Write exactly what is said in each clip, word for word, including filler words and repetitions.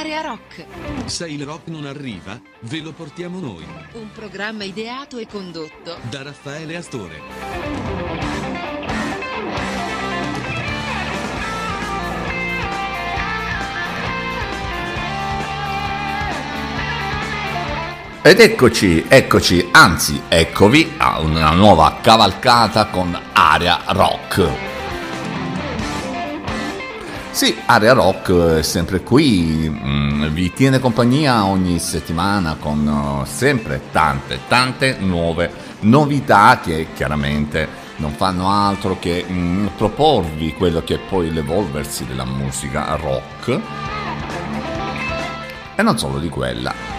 Area Rock. Se il rock non arriva, ve lo portiamo noi. Un programma ideato e condotto da Raffaele Astore. Ed eccoci, eccoci, anzi eccovi a una nuova cavalcata con Area Rock. Sì, Area Rock è sempre qui, mh, vi tiene compagnia ogni settimana con uh, sempre tante, tante nuove novità che chiaramente non fanno altro che mh, proporvi quello che è poi l'evolversi della musica rock e non solo di quella.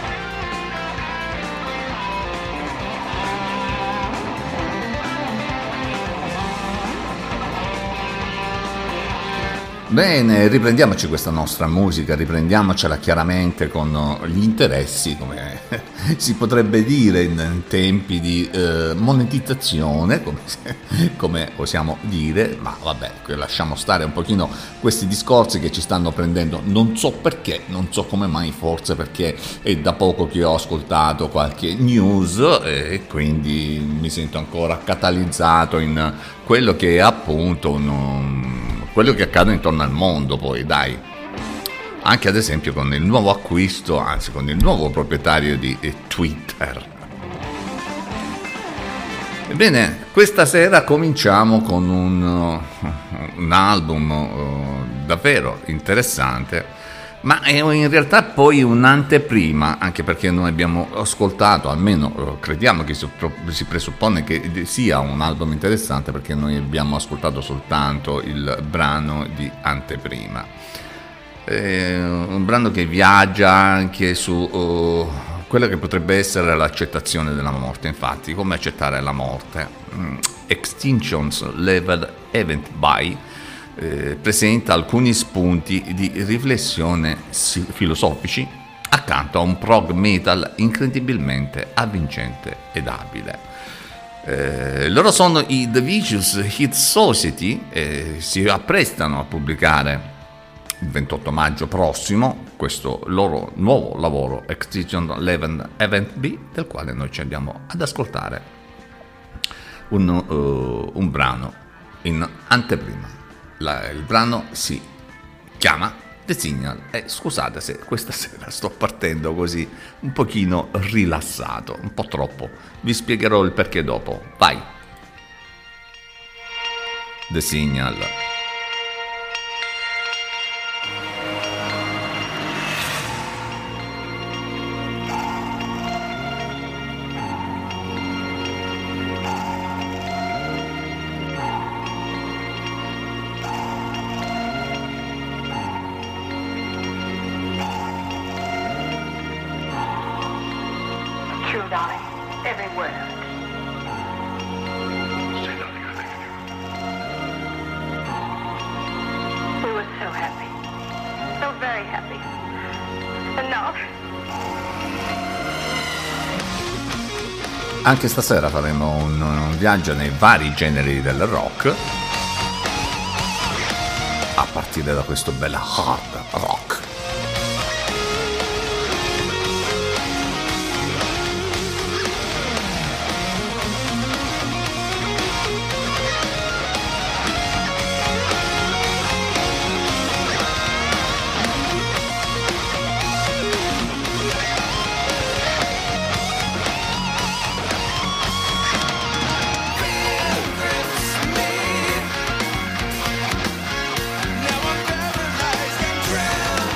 Bene, riprendiamoci questa nostra musica, riprendiamocela chiaramente con gli interessi, come si potrebbe dire in tempi di eh, monetizzazione, come, come possiamo dire, ma vabbè, lasciamo stare un pochino questi discorsi che ci stanno prendendo, non so perché, non so come mai, forse perché è da poco che ho ascoltato qualche news e quindi mi sento ancora catalizzato in quello che è appunto un... quello che accade intorno al mondo, poi dai, anche ad esempio con il nuovo acquisto, anzi con il nuovo proprietario di Twitter. Ebbene, questa sera cominciamo con un, un album uh, davvero interessante, ma è in realtà poi un'anteprima, anche perché noi abbiamo ascoltato, almeno uh, crediamo che si, si presuppone che sia un album interessante, perché noi abbiamo ascoltato soltanto il brano di anteprima. È un brano che viaggia anche su uh, quella che potrebbe essere l'accettazione della morte. Infatti, come accettare la morte? Mm, Extinctions Level Event by Eh, presenta alcuni spunti di riflessione filosofici accanto a un prog metal incredibilmente avvincente ed abile. Eh, loro sono i The Vicious Hit Society e si apprestano a pubblicare il ventotto maggio prossimo questo loro nuovo lavoro Extinction Level Event B, del quale noi ci andiamo ad ascoltare un, uh, un brano in anteprima. La, il brano si chiama The Signal e scusate se questa sera sto partendo così un pochino rilassato, un po' troppo, vi spiegherò il perché dopo. Vai! The Signal. Anche stasera faremo un, un viaggio nei vari generi del rock, a partire da questo bel hard rock. Now I'm paralyzed and drowned.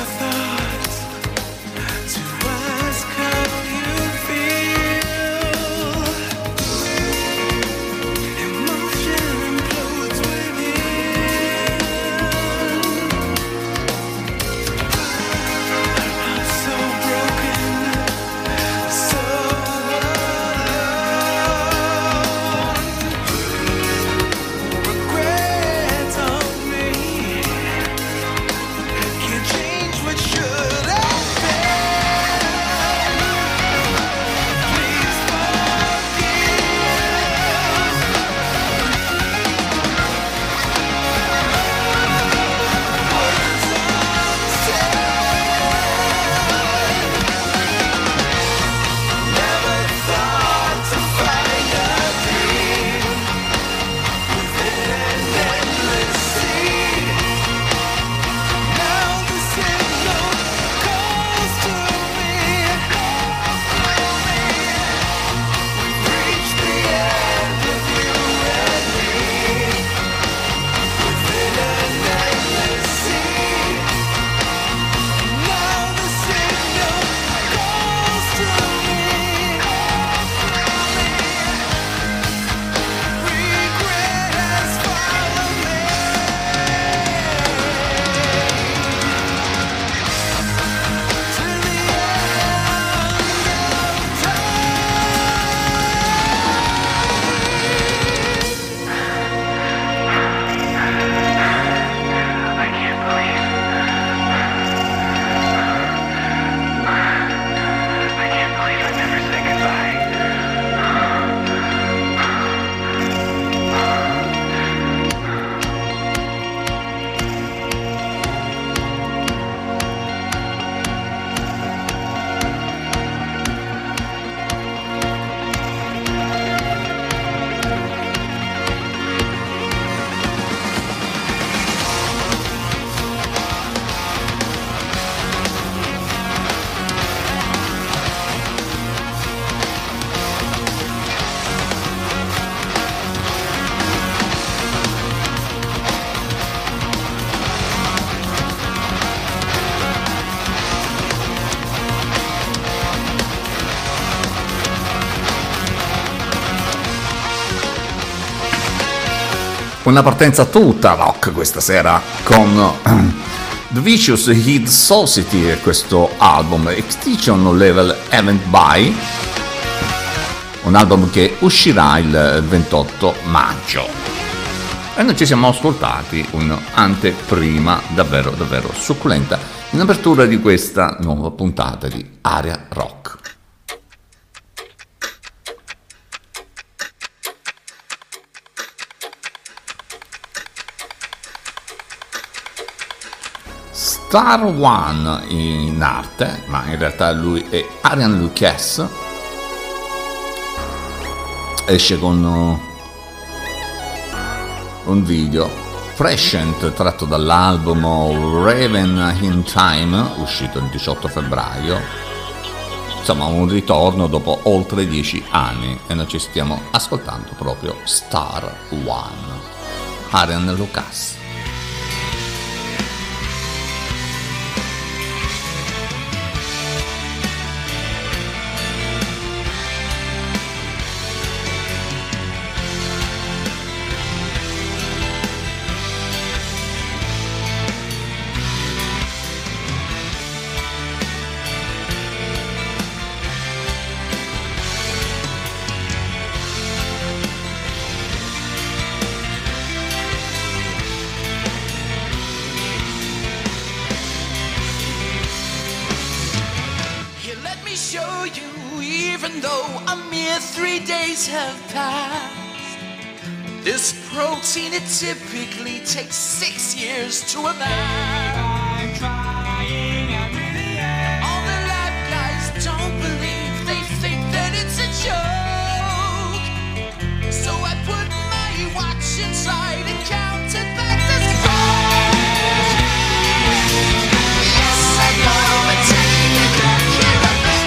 Una partenza tutta rock questa sera con The Vicious Hid Society e questo album Extinction Level Event By, un album che uscirà il ventotto maggio. E noi ci siamo ascoltati un'anteprima davvero davvero succulenta in apertura di questa nuova puntata di Aria Rock. Star One in arte, ma in realtà lui è Arian Lucas, esce con un video Prescient tratto dall'album Raven in Time, uscito il diciotto febbraio. Insomma, un ritorno dopo oltre dieci anni, e noi ci stiamo ascoltando proprio Star One, Arian Lucas. This protein, it typically takes six years to amass. I'm trying, I really am. All the lab guys don't believe, they think that it's a joke. So I put my watch inside and counted back the stars. Yes, I know, but take a look here at the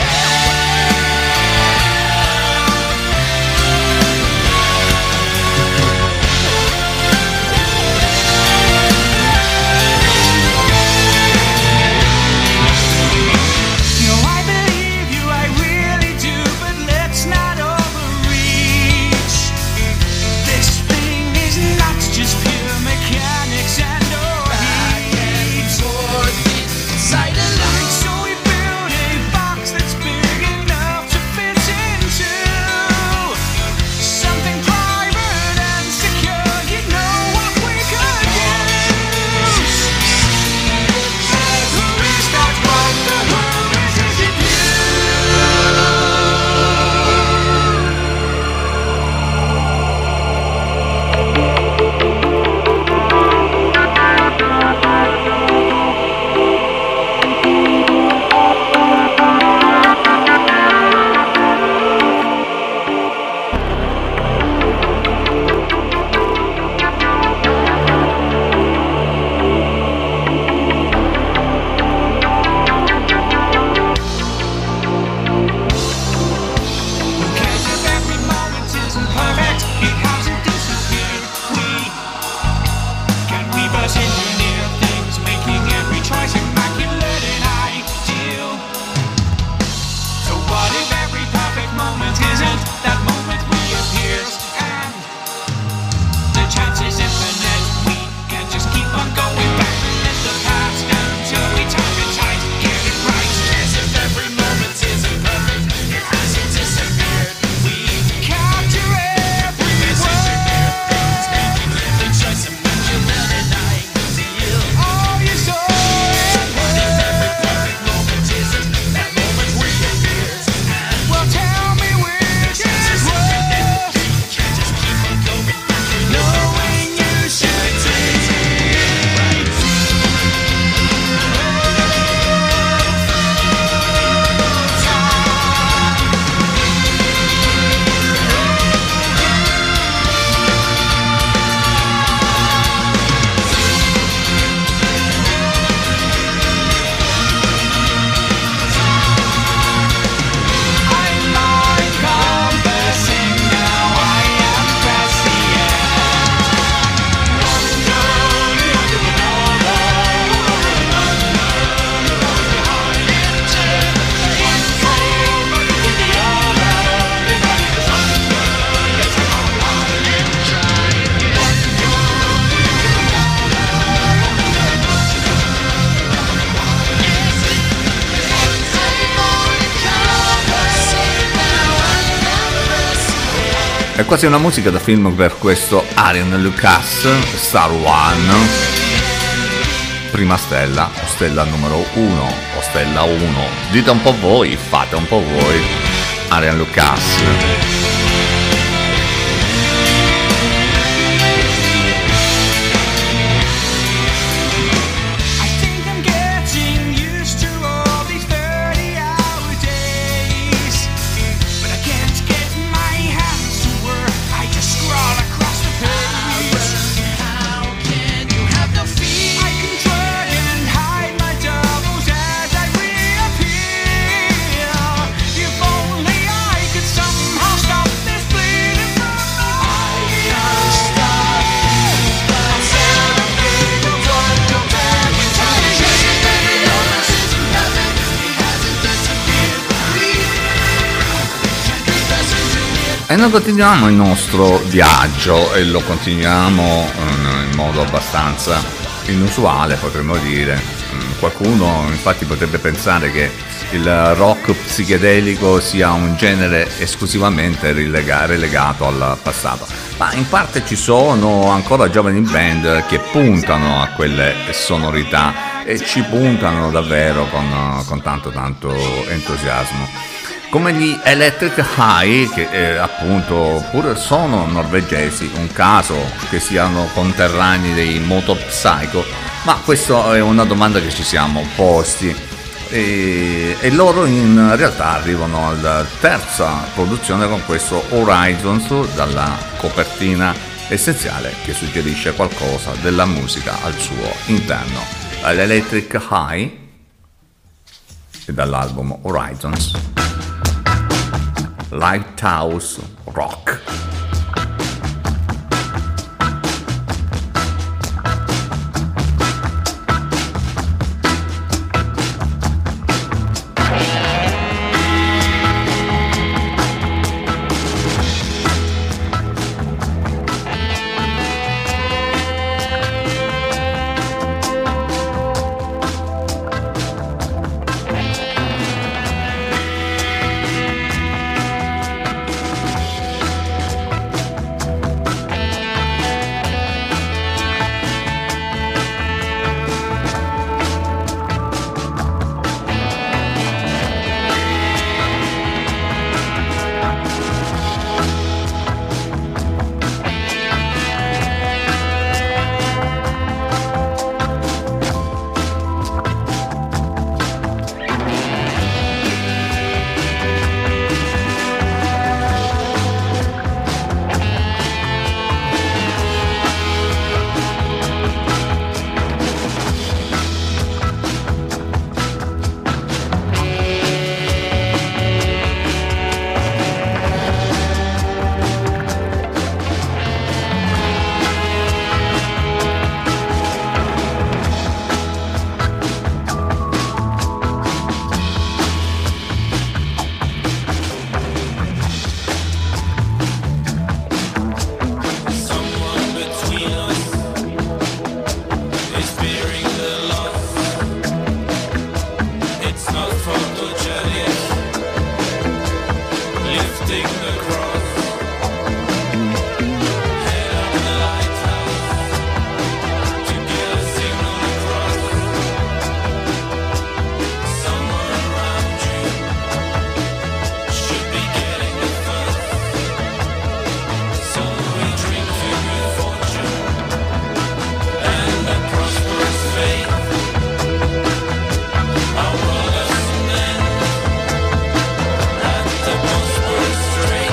È quasi una musica da film per questo Arian Lucas, Star One. Prima stella, o stella numero uno, o stella uno. Dite un po' voi, fate un po' voi. Arian Lucas. E noi continuiamo il nostro viaggio e lo continuiamo in modo abbastanza inusuale, potremmo dire. Qualcuno infatti potrebbe pensare che il rock psichedelico sia un genere esclusivamente rilega- relegato al passato, ma in parte ci sono ancora giovani band che puntano a quelle sonorità e ci puntano davvero con, con tanto tanto entusiasmo. Come gli Electric High, che eh, appunto pure sono norvegesi, un caso che siano conterranei dei Motor Psycho, ma questa è una domanda che ci siamo posti e, e loro in realtà arrivano alla terza produzione con questo Horizons, dalla copertina essenziale che suggerisce qualcosa della musica al suo interno. L'Electric High e dall'album Horizons. Lighthouse Rock. Straight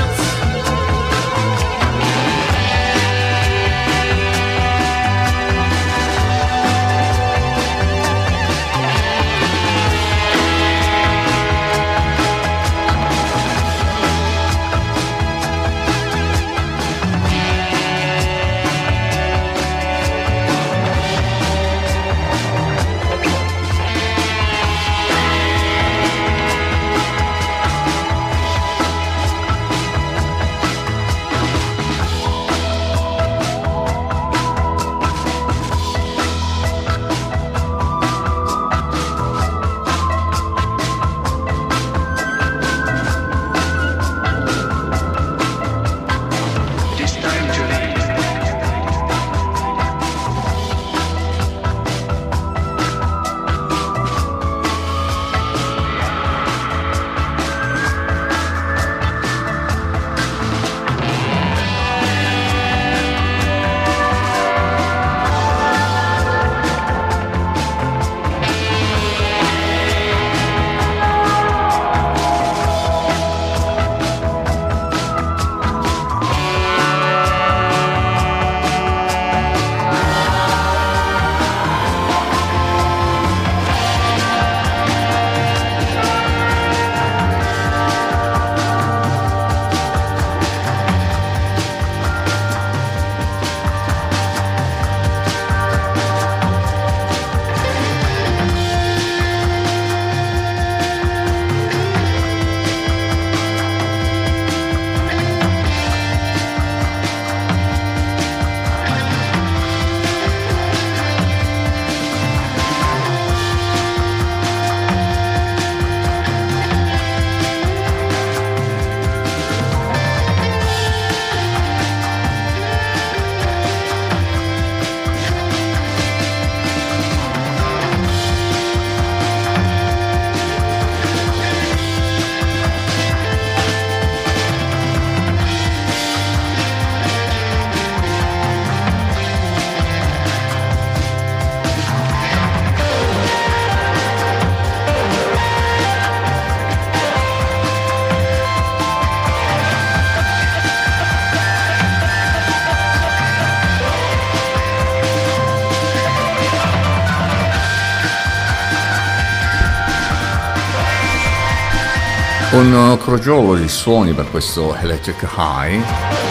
Un crogiolo di suoni per questo Electric High.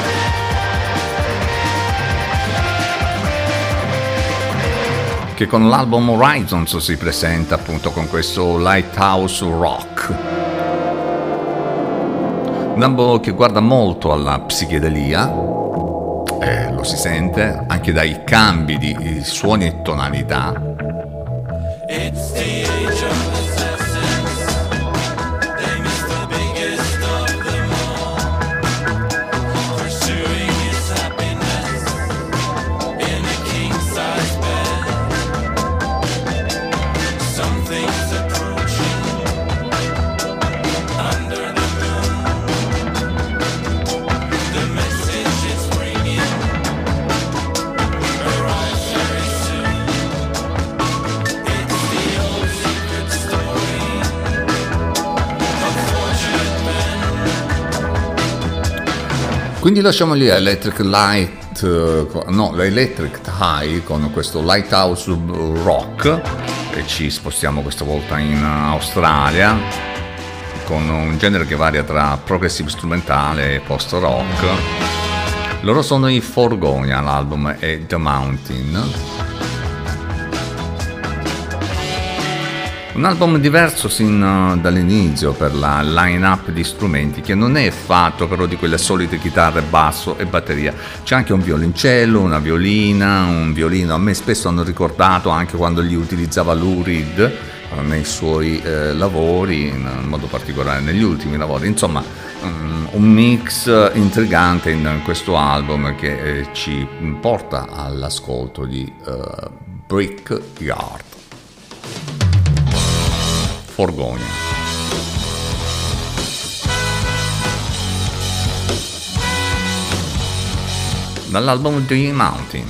Che con l'album Horizons si presenta appunto con questo Lighthouse Rock. Un album che guarda molto alla psichedelia, eh, lo si sente anche dai cambi di, di suoni e tonalità. It's the age of assassins. They miss the biggest of them all. Pursuing his happiness in a king-size bed. Something's approaching under the moon. The message it's bringing arrives very soon. It's the old secret story of fortunate men. Quindi lasciamo lì Electric Light, eh, no, l'Electric High con questo Lighthouse Rock e ci spostiamo questa volta in Australia con un genere che varia tra progressive strumentale e post rock. Loro sono i Forgonia, l'album è The Mountain. Un album diverso sin uh, dall'inizio per la line-up di strumenti, che non è fatto però di quelle solite chitarre, basso e batteria. C'è anche un violoncello, una violina, un violino. A me spesso hanno ricordato anche quando li utilizzava Lou Reed uh, nei suoi uh, lavori, in modo particolare negli ultimi lavori. Insomma, um, un mix intrigante in questo album che eh, ci porta all'ascolto di uh, Brickyard. Forgonia. Dall'album The Mountain.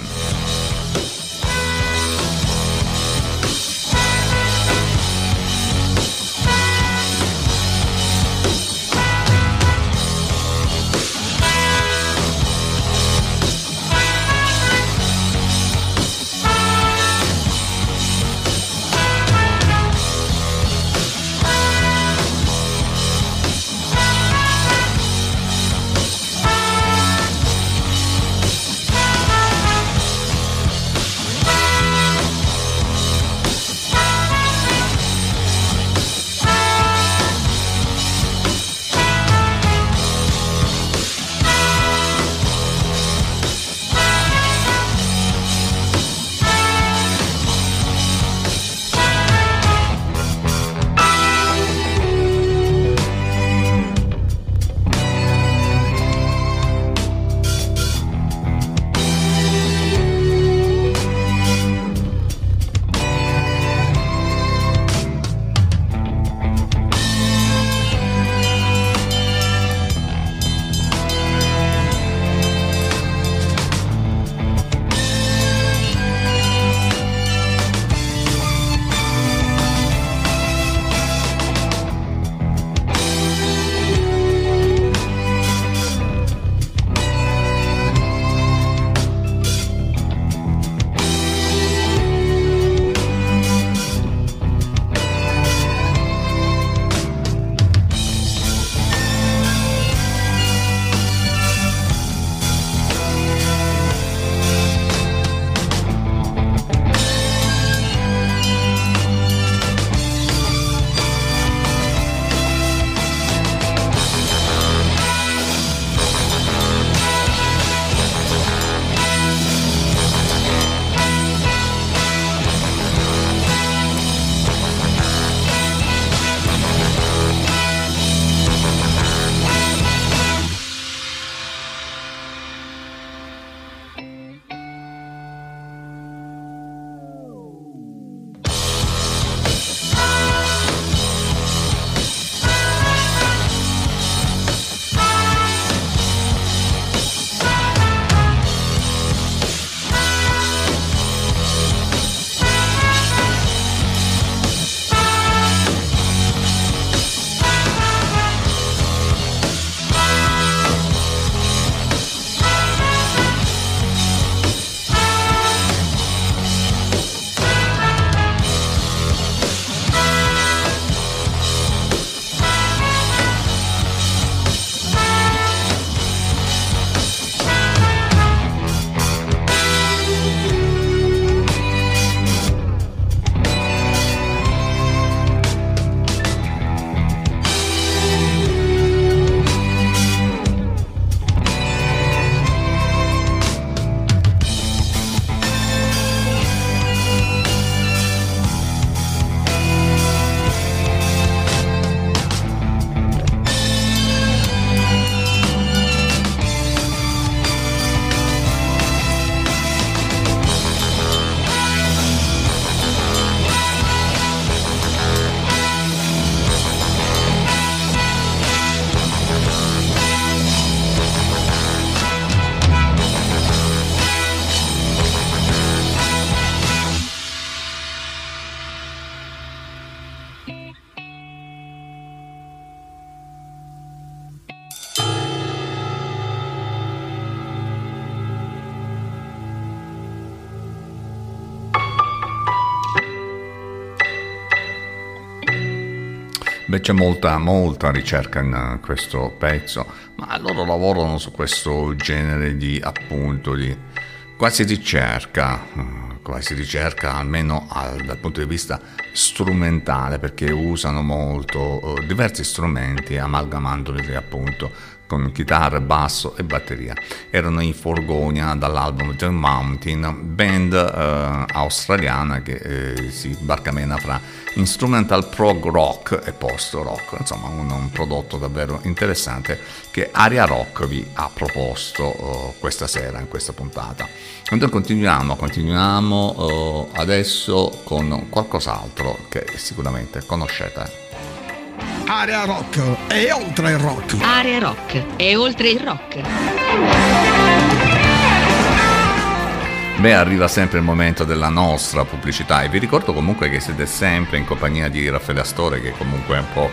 Beh, c'è molta, molta ricerca in questo pezzo, ma loro lavorano su questo genere di, appunto, di quasi ricerca, quasi ricerca almeno al, dal punto di vista strumentale, perché usano molto uh, diversi strumenti amalgamandoli appunto con chitarra, basso e batteria. Erano in Forgonia dall'album The Mountain, band uh, australiana che eh, si barcamena fra instrumental prog rock e post rock, insomma un, un prodotto davvero interessante che Aria Rock vi ha proposto uh, questa sera in questa puntata. E noi continuiamo, continuiamo uh, adesso con qualcos'altro che sicuramente conoscete. Aria Rock e oltre il rock. Area rock e oltre il rock. Beh, arriva sempre il momento della nostra pubblicità e vi ricordo comunque che siete sempre in compagnia di Raffaele Astore, che comunque è un po'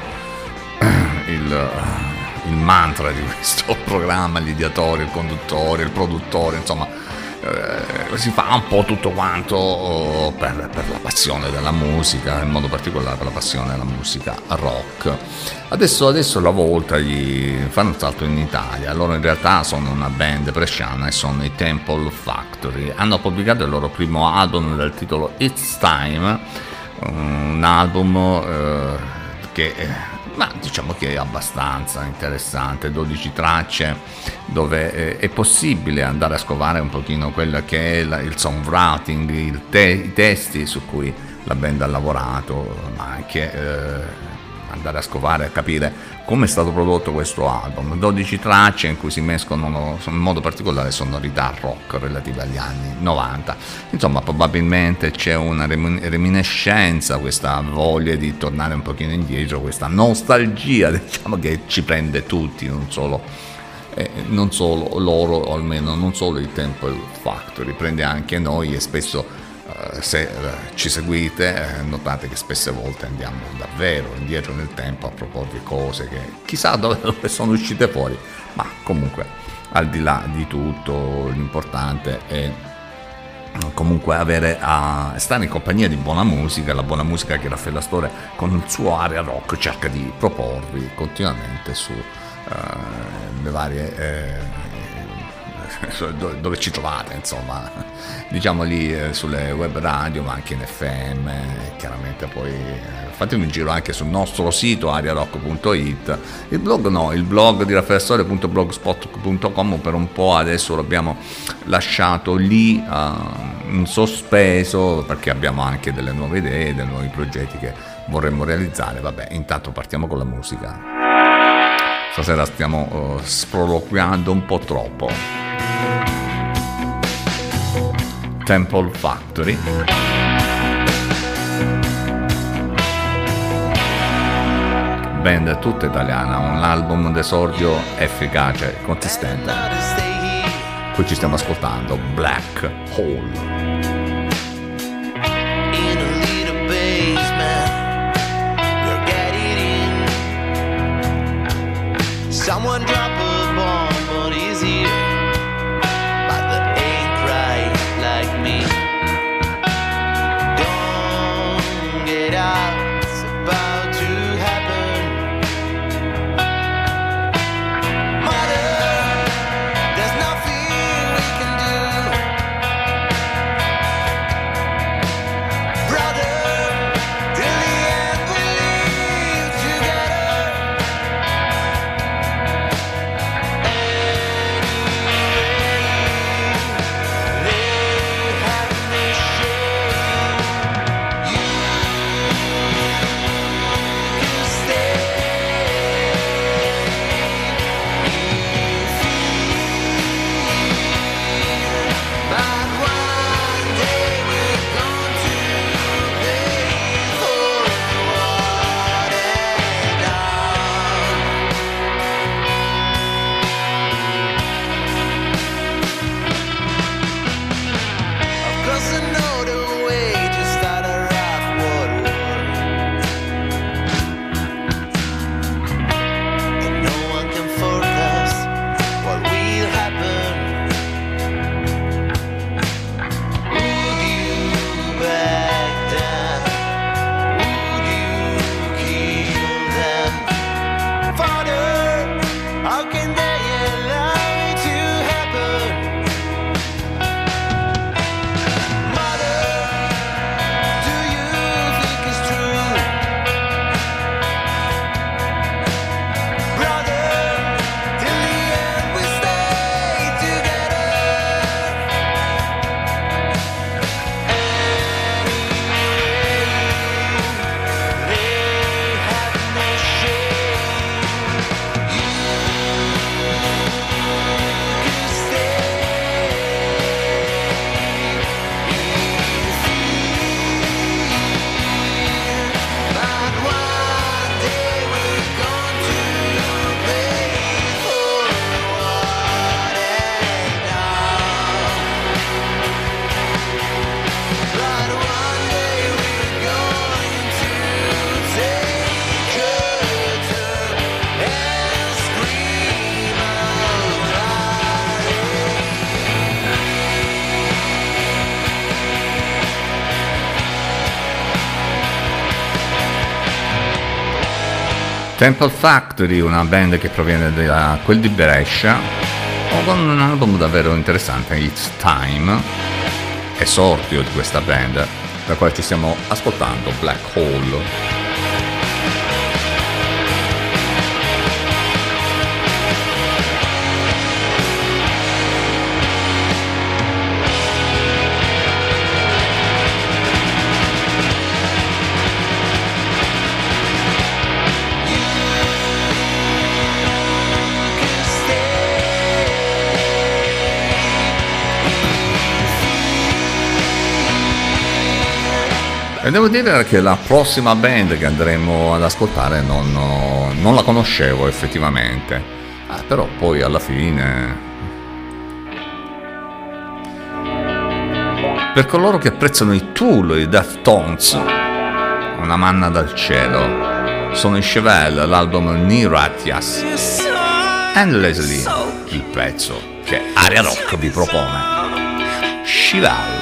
il, il mantra di questo programma, l'ideatore, il conduttore, il produttore, insomma eh, si fa un po' tutto quanto per, per la passione della musica, in modo particolare per la passione della musica rock. Adesso, adesso è la volta di fare un salto in Italia. Loro in realtà sono una band bresciana e sono i Temple Factory. Hanno pubblicato il loro primo album dal titolo It's Time, un album eh, che ma diciamo che è abbastanza interessante, dodici tracce dove eh, è possibile andare a scovare un pochino quello che è la, il songwriting, il te- i testi su cui la band ha lavorato, ma anche eh, andare a scovare e capire come è stato prodotto questo album. dodici tracce in cui si mescolano in modo particolare sonorità rock relative agli anni novanta. Insomma, probabilmente c'è una reminiscenza, questa voglia di tornare un pochino indietro, questa nostalgia, diciamo, che ci prende tutti, non solo, eh, non solo loro, o almeno non solo il Temple Factory, prende anche noi e spesso se ci seguite notate che spesse volte andiamo davvero indietro nel tempo a proporvi cose che chissà dove, dove sono uscite fuori, ma comunque al di là di tutto l'importante è comunque avere a stare in compagnia di buona musica, la buona musica che Raffaele Astore con il suo Aria Rock cerca di proporvi continuamente su uh, le varie eh, dove ci trovate, insomma, diciamo lì eh, sulle web radio, ma anche in F M, chiaramente poi eh, fatemi un giro anche sul nostro sito ariarock punto it, il blog no, il blog di raffaele astore punto blogspot punto com per un po' adesso l'abbiamo lasciato lì uh, in sospeso perché abbiamo anche delle nuove idee, dei nuovi progetti che vorremmo realizzare. Vabbè, intanto partiamo con la musica. Stasera stiamo uh, sproloquiando un po' troppo. Temple Factory, band tutta italiana, un album d'esordio efficace, consistente. Qui ci stiamo ascoltando Black Hole. Someone drop a bomb, but he's here. But that ain't right like me. Don't get out, it's about to happen. Mother, there's nothing we can do. Temple Factory, una band che proviene da quel di Brescia, con un album davvero interessante, It's Time, esordio di questa band, da quale ci stiamo ascoltando, Black Hole. E devo dire che la prossima band che andremo ad ascoltare non, non la conoscevo effettivamente, ah, però poi alla fine, per coloro che apprezzano i Tool, i Deftones, una manna dal cielo, sono i Chevelle, l'album Niratias, Endlessly, il pezzo che Aria Rock vi propone, Chevelle.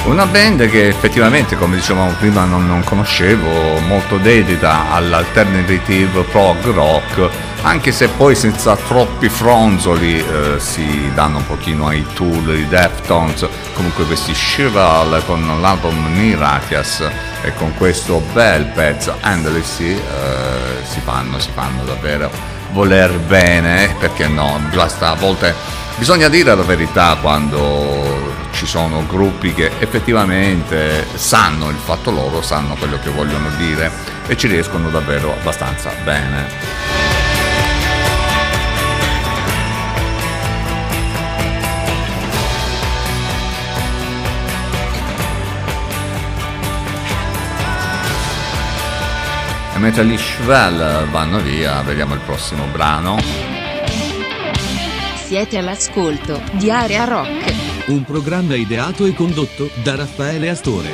Una band che effettivamente, come dicevamo prima, non, non conoscevo, molto dedita all'alternative prog rock, anche se poi senza troppi fronzoli eh, si danno un pochino ai Tool, i Deftones, comunque questi Chival con l'album Niratias e con questo bel pezzo Endlessly eh, si fanno, si fanno davvero voler bene, perché no, basta, a volte bisogna dire la verità quando ci sono gruppi che effettivamente sanno il fatto loro, sanno quello che vogliono dire e ci riescono davvero abbastanza bene. E mentre gli Schwell vanno via, vediamo il prossimo brano. Siete all'ascolto di Area Rock. Un programma ideato e condotto da Raffaele Astore.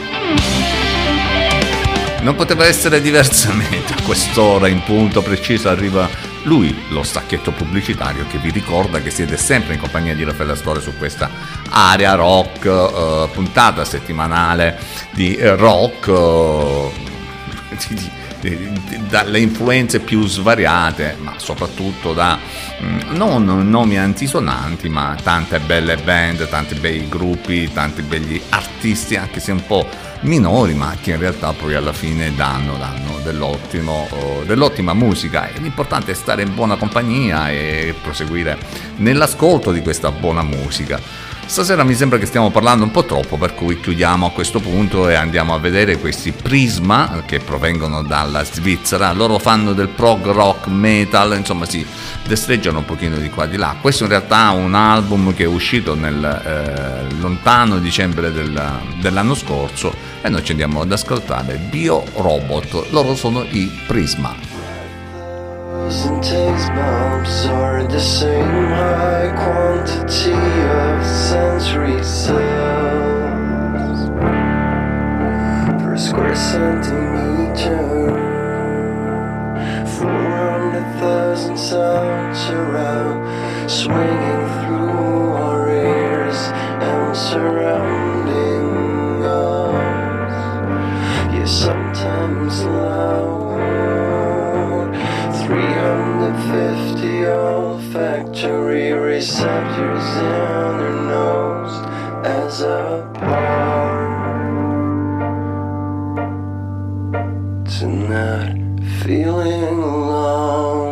Non poteva essere diversamente, a quest'ora in punto preciso arriva lui, lo stacchetto pubblicitario che vi ricorda che siete sempre in compagnia di Raffaele Astore su questa Area Rock, eh, puntata settimanale di rock, eh, di, dalle influenze più svariate, ma soprattutto da mh, non nomi antisonanti, ma tante belle band, tanti bei gruppi, tanti begli artisti, anche se un po' minori, ma che in realtà poi alla fine danno, danno dell'ottimo, oh, dell'ottima musica. E l'importante è stare in buona compagnia e proseguire nell'ascolto di questa buona musica. Stasera mi sembra che stiamo parlando un po' troppo, per cui chiudiamo a questo punto e andiamo a vedere questi Prisma che provengono dalla Svizzera. Loro fanno del prog rock metal, insomma si destreggiano un pochino di qua e di là. Questo in realtà è un album che è uscito nel eh, lontano dicembre del, dell'anno scorso e noi ci andiamo ad ascoltare Bio Robot. Loro sono i Prisma. And taste bumps are the same high quantity of sensory cells per square centimeter. Four hundred thousand sounds around, swinging through our ears and surrounding us. Yeah, sometimes loud. three hundred fifty olfactory receptors in her nose as a part to not feeling alone.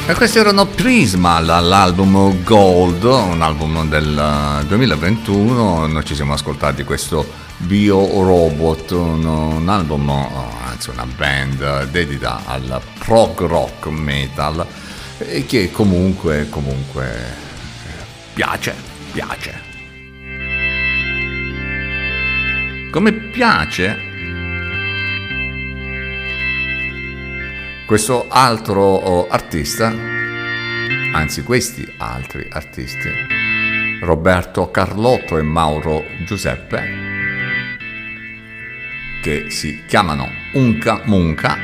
E questi erano Prisma dall'album Gold, un album del duemilaventuno. Noi ci siamo ascoltati questo Bio Robot, un, un album, anzi una band dedita al prog rock metal e che comunque, comunque piace, piace. Come piace questo altro artista, anzi questi altri artisti, Roberto Carlotto e Mauro Giuseppe, che si chiamano Unca Munca.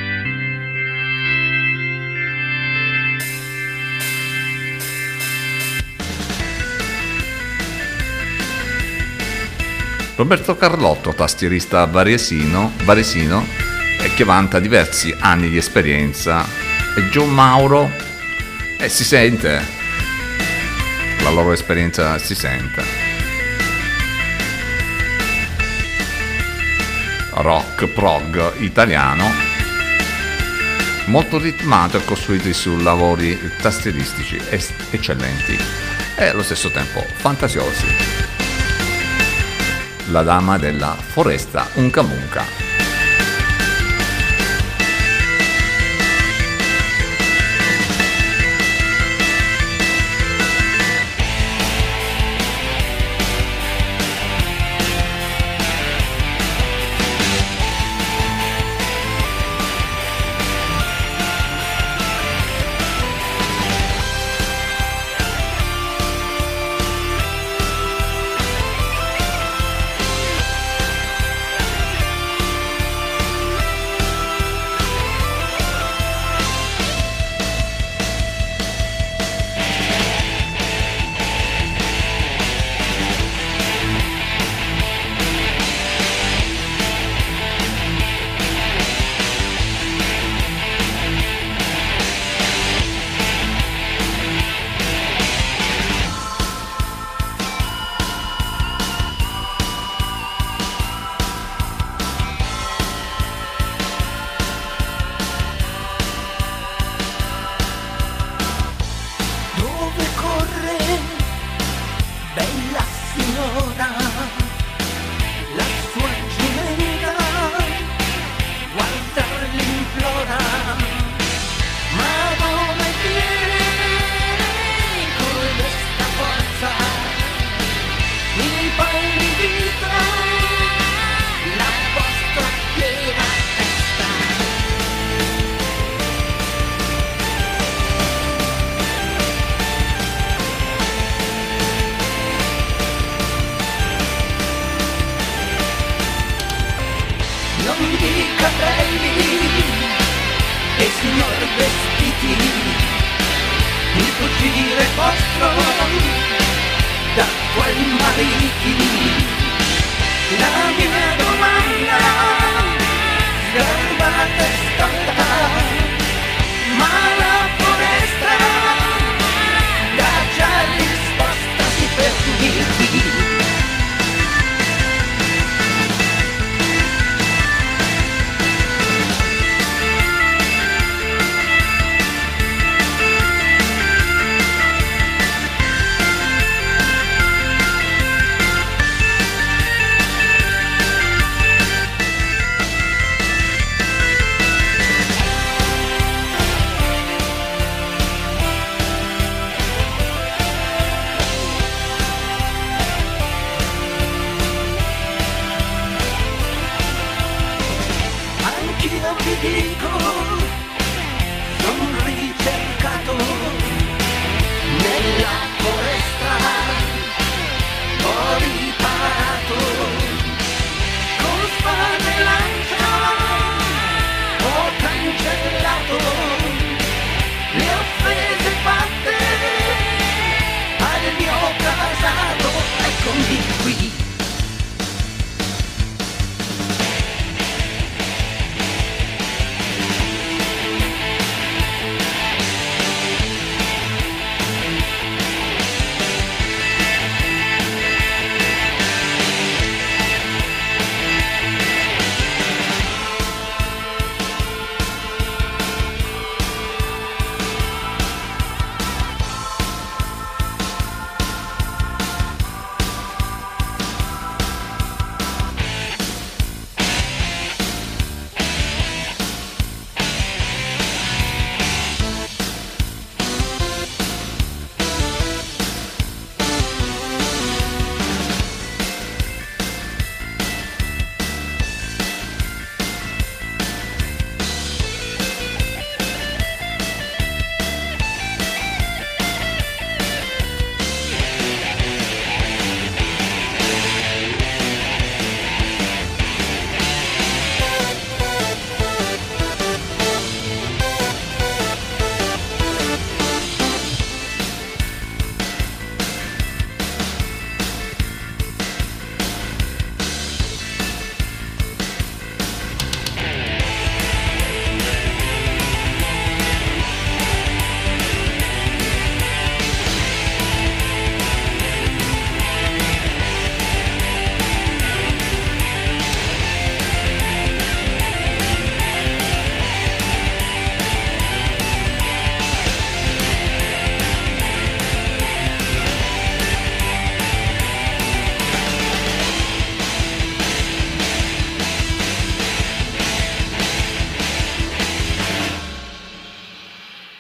Roberto Carlotto, tastierista varesino, varesino e che vanta diversi anni di esperienza, e Gio Mauro, e eh, si sente, la loro esperienza si sente. Rock prog italiano, molto ritmato e costruiti su lavori tastieristici eccellenti e allo stesso tempo fantasiosi. La dama della foresta Unca Munca.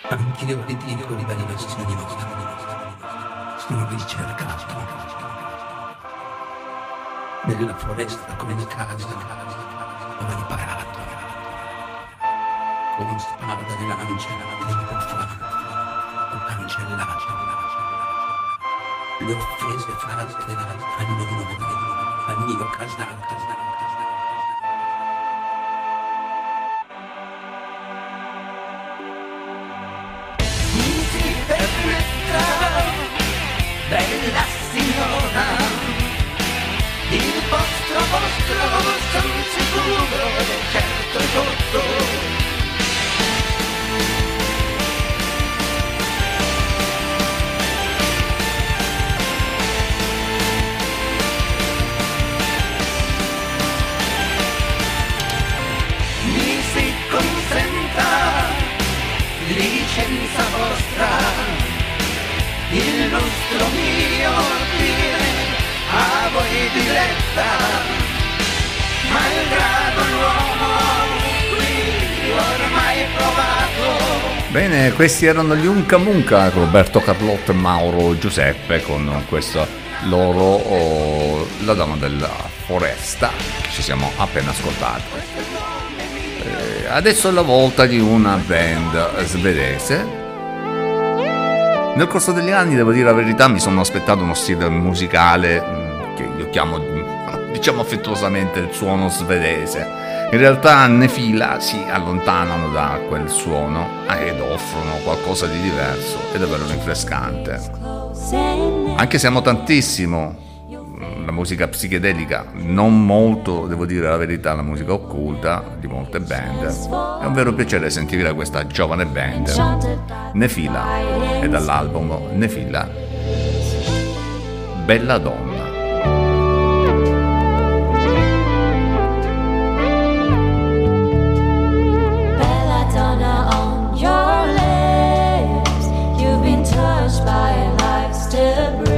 Anch'io ridico di belli vestiti, sono ricercato nella foresta come in casa, ho imparato con spada di lancia tempo fa, ho cancellato le offese fatte al mio nome, al mio casato. Bella signora, il vostro, vostro, sono sicuro ed è certo tutto. Mi si consenta licenza vostra, il nostro mio dire a voi diretta, malgrado l'uomo qui ormai provato. Bene, questi erano gli Unca Munca, Roberto, Carlotta, Mauro, Giuseppe, con questo loro oh, La Dama della Foresta. Ci siamo appena ascoltati. Eh, adesso è la volta di una band svedese. Nel corso degli anni, devo dire la verità, mi sono aspettato uno stile musicale che io chiamo, diciamo affettuosamente, il suono svedese. In realtà Nefila si allontanano da quel suono ed offrono qualcosa di diverso e davvero rinfrescante. Anche se amo tantissimo la musica psichedelica, non molto, devo dire la verità, la musica occulta di molte band, è un vero piacere sentire questa giovane band Nefila e dall'album Nefila Bella Donna. Bella donna on your lips, you've been touched by life's debris.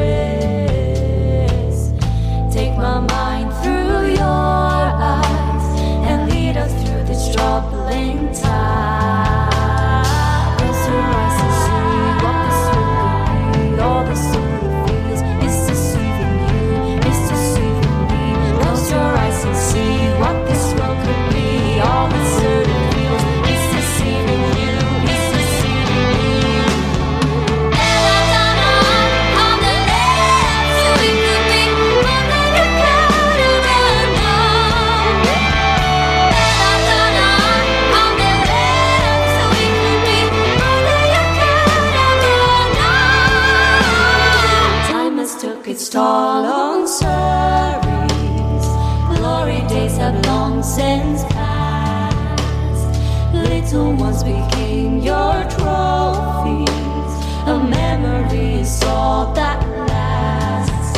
Take my mind through your eyes and lead us through this troubling time. Close your eyes and see what this will be. All the sort of feels is deceiving you, is deceiving me. Close your eyes and see what this world could be. All the sort of feels is deceiving you, is deceiving me. Bella donna on the left, so it could be more than you could ever know. Bella donna on the left, so it could be more than you could ever know. Time has took its toll on Surrey's glory days have long since passed. Little ones became your trophies. A memory is all that lasts.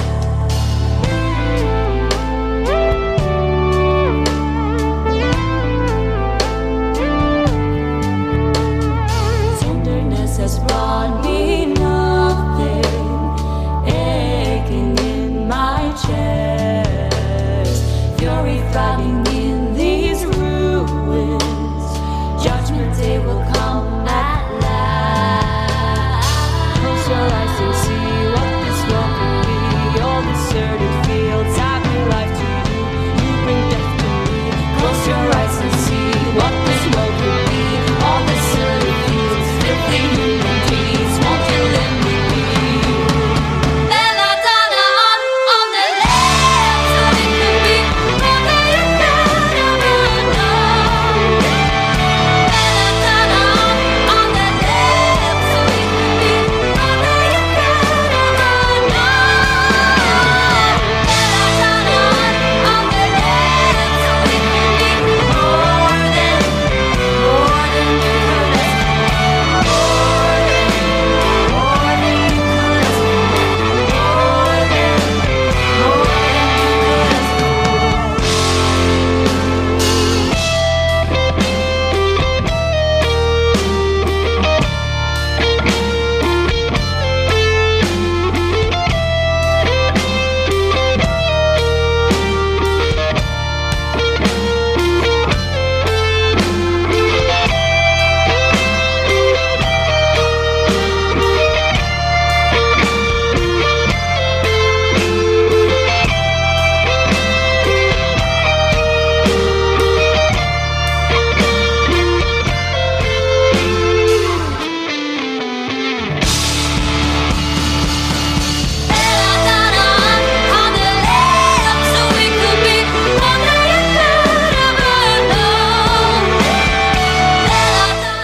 Tenderness has brought me nothing, aching in my chest, fury throbbing in these ruins. Judgment day will come at last.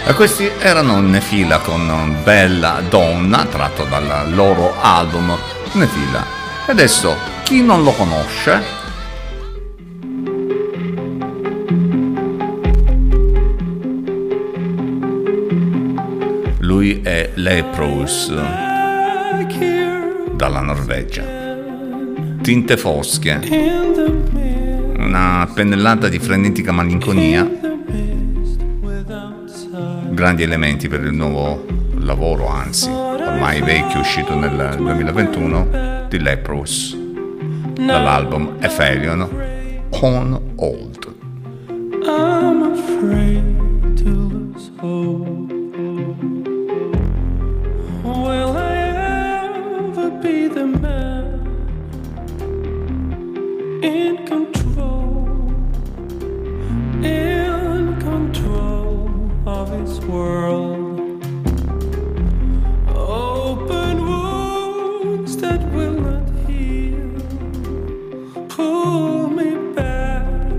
E questi erano Nefila con Bella Donna, tratto dal loro album Nefila. E adesso, chi non lo conosce? Lui è Leprous, dalla Norvegia. Tinte fosche, una pennellata di frenetica malinconia, grandi elementi per il nuovo lavoro, anzi ormai vecchio, uscito nel duemilaventuno, di Leprous, dall'album Ephelion On Old. I'm afraid to lose hope. Will I ever be the man in control, in control of his world? Open wounds that will not heal, pull me back,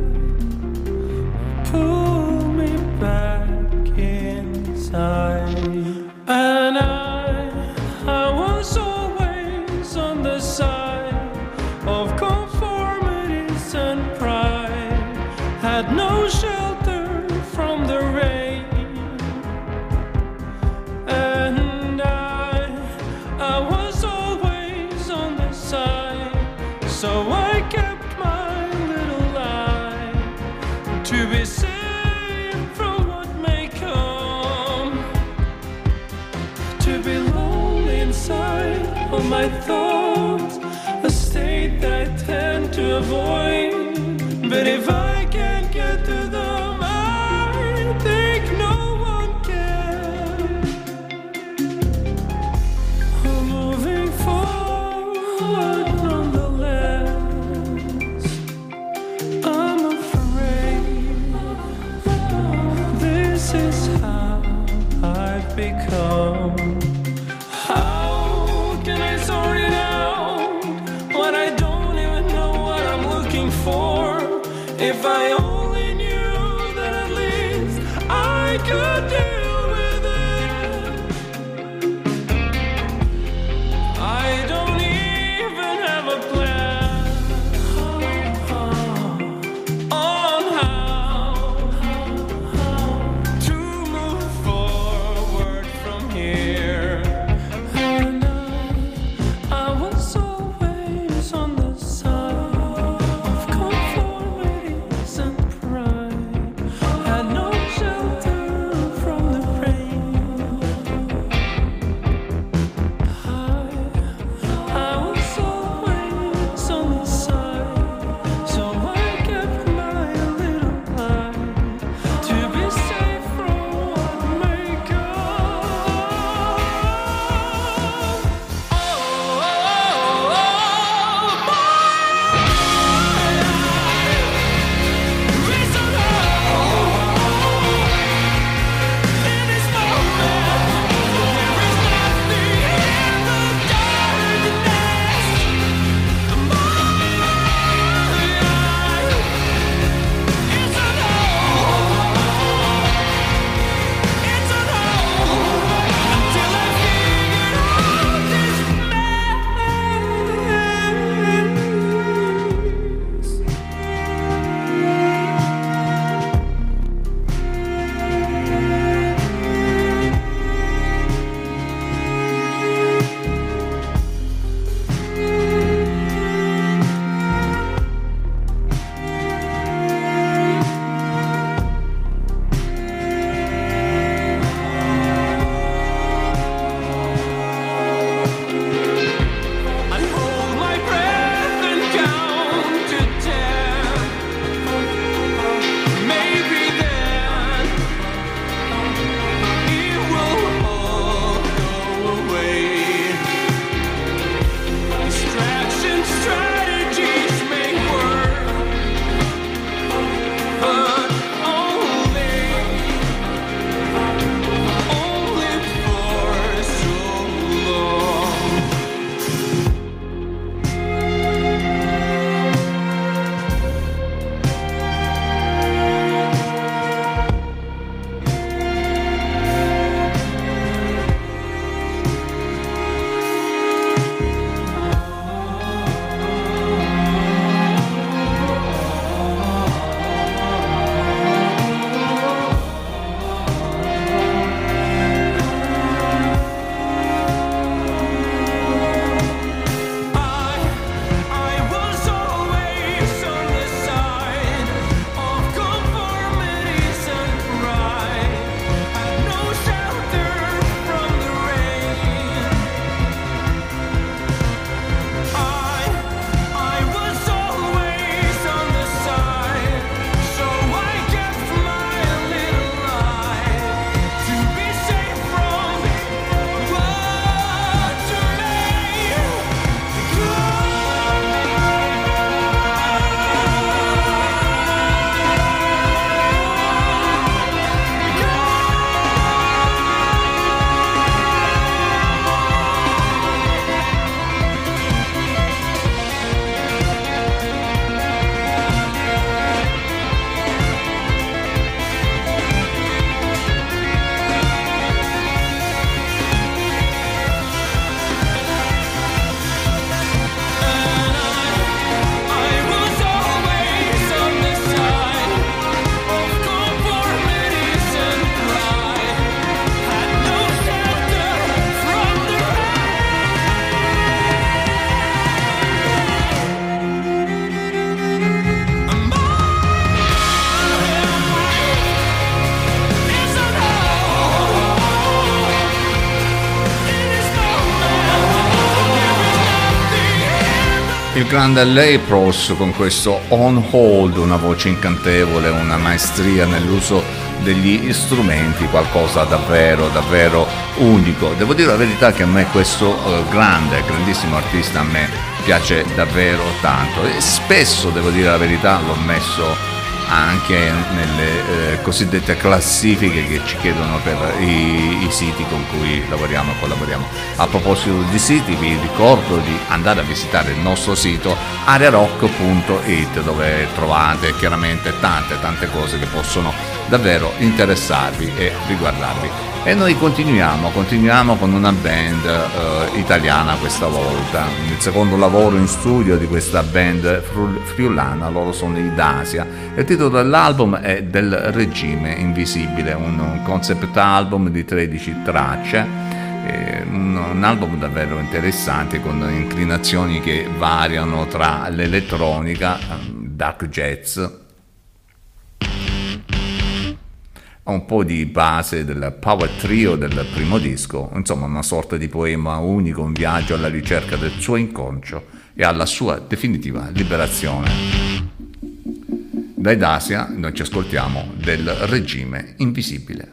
pull me back inside. And I, I was always on the side of conformities and pride, had no shelter from the rain. And I, I was always on the side, so I kept my little lie to be safe from what may come, to be lonely inside of my thoughts, a state that I tend to avoid. But if I can't get to them, I think no one can. I'm moving forward nonetheless. I'm afraid this is how I've become. How can I sort it out when I don't even know what I'm looking for? If I only knew that at least I could deal with it. I don't even have a plan on how to move forward from here. Il grande Leprous con questo On Hold, una voce incantevole, una maestria nell'uso degli strumenti, qualcosa davvero, davvero unico. Devo dire la verità che a me questo uh, grande, grandissimo artista a me piace davvero tanto e spesso, devo dire la verità, l'ho messo anche nelle eh, cosiddette classifiche che ci chiedono per i, i siti con cui lavoriamo e collaboriamo. A proposito di siti, vi ricordo di andare a visitare il nostro sito area rock punto it, dove trovate chiaramente tante tante cose che possono davvero interessarvi e riguardarvi. E noi continuiamo, continuiamo con una band eh, italiana questa volta, il secondo lavoro in studio di questa band friulana. Loro sono i Dacia. Il titolo dell'album è Del Regime Invisibile, un, un concept album di tredici tracce, eh, un, un album davvero interessante con inclinazioni che variano tra l'elettronica, dark jazz, un po' di base del power trio del primo disco, insomma una sorta di poema unico, un viaggio alla ricerca del suo inconscio e alla sua definitiva liberazione. Dai Dacia noi ci ascoltiamo Del Regime Invisibile.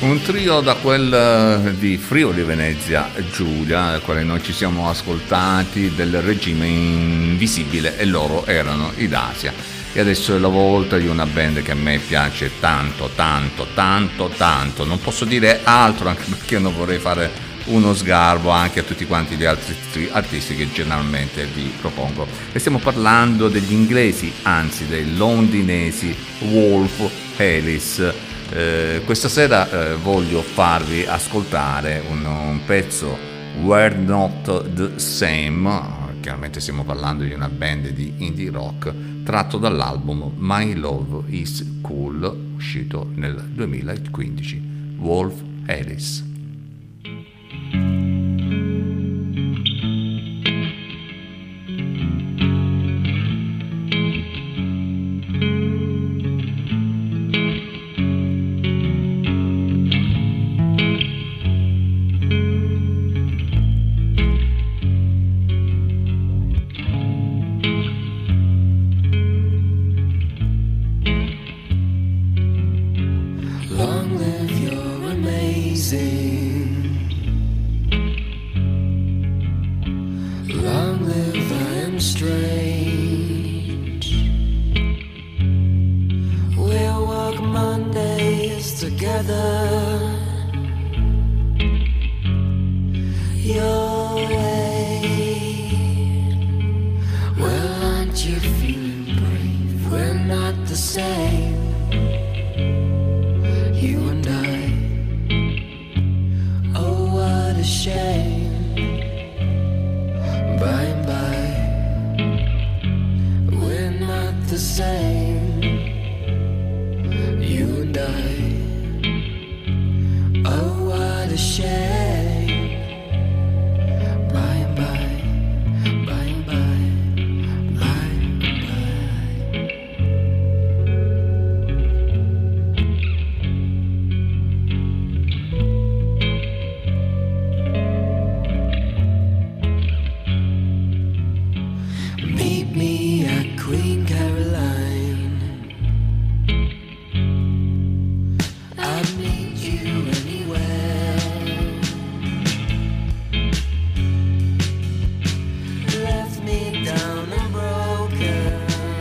Un trio da quel eh, di Friuli Venezia Giulia, al quale noi ci siamo ascoltati, del regime invisibile, e loro erano i Dacia. E adesso è la volta di una band che a me piace tanto, tanto, tanto, tanto. Non posso dire altro, anche perché non vorrei fare uno sgarbo anche a tutti quanti gli altri artisti che generalmente vi propongo. E stiamo parlando degli inglesi, anzi dei londinesi Wolf Alice. Eh, questa sera eh, voglio farvi ascoltare un, un pezzo, We're Not the Same. Chiaramente stiamo parlando di una band di indie rock tratto dall'album My Love Is Cool, uscito nel duemilaquindici. Wolf Alice. Long live your amazing. Long live I am strange. We'll walk Mondays together. Your way. Well, aren't you feeling brave? We're not the same. You and I, oh what a shame. By and by, we're not the same. You and I, oh what a shame. By and by, by and by, by and Meet me at Queen Caroline. I'd meet you anywhere. Left me down and broken.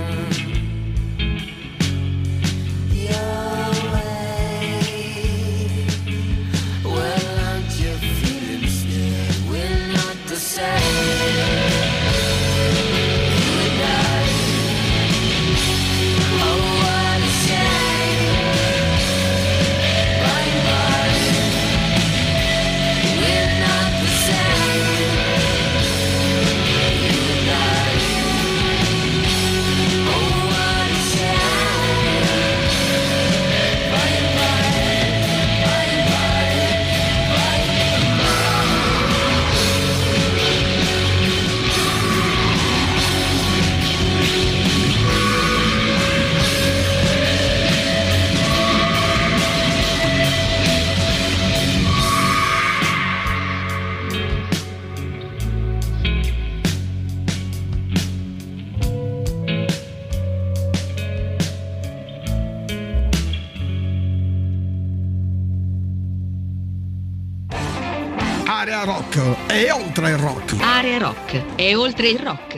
Your way. Well, aren't you feeling scared? We're not the same. Area rock e oltre il rock. Area rock e oltre il rock.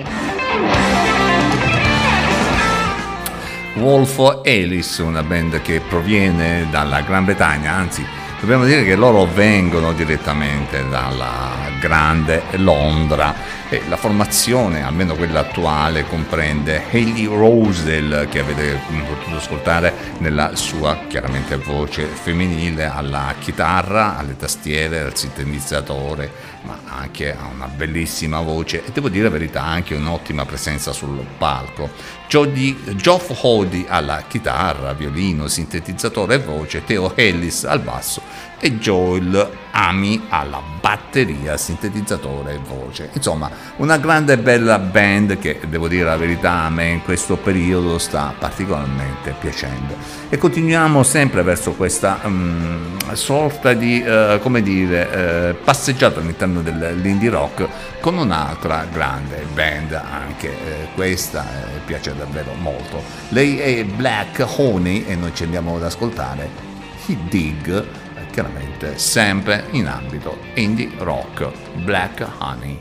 Wolf Alice, una band che proviene dalla Gran Bretagna, anzi dobbiamo dire che loro vengono direttamente dalla grande Londra, e la formazione, almeno quella attuale, comprende Hayley Rosedale, che avete potuto ascoltare nella sua chiaramente voce femminile, alla chitarra, alle tastiere, al sintetizzatore, ma anche ha una bellissima voce e, devo dire la verità, anche un'ottima presenza sul palco. Jody, Geoff Hody alla chitarra, violino, sintetizzatore e voce, Theo Ellis al basso e Joel Ami alla batteria, sintetizzatore e voce. Insomma, una grande e bella band che, devo dire la verità, a me in questo periodo sta particolarmente piacendo. E continuiamo sempre verso questa um, sorta di, uh, come dire, uh, passeggiata all'interno dell'indie rock con un'altra grande band, anche eh, questa eh, piace davvero molto. Lei è Black Honey e noi ci andiamo ad ascoltare He Dig chiaramente sempre in ambito indie rock, Black Honey.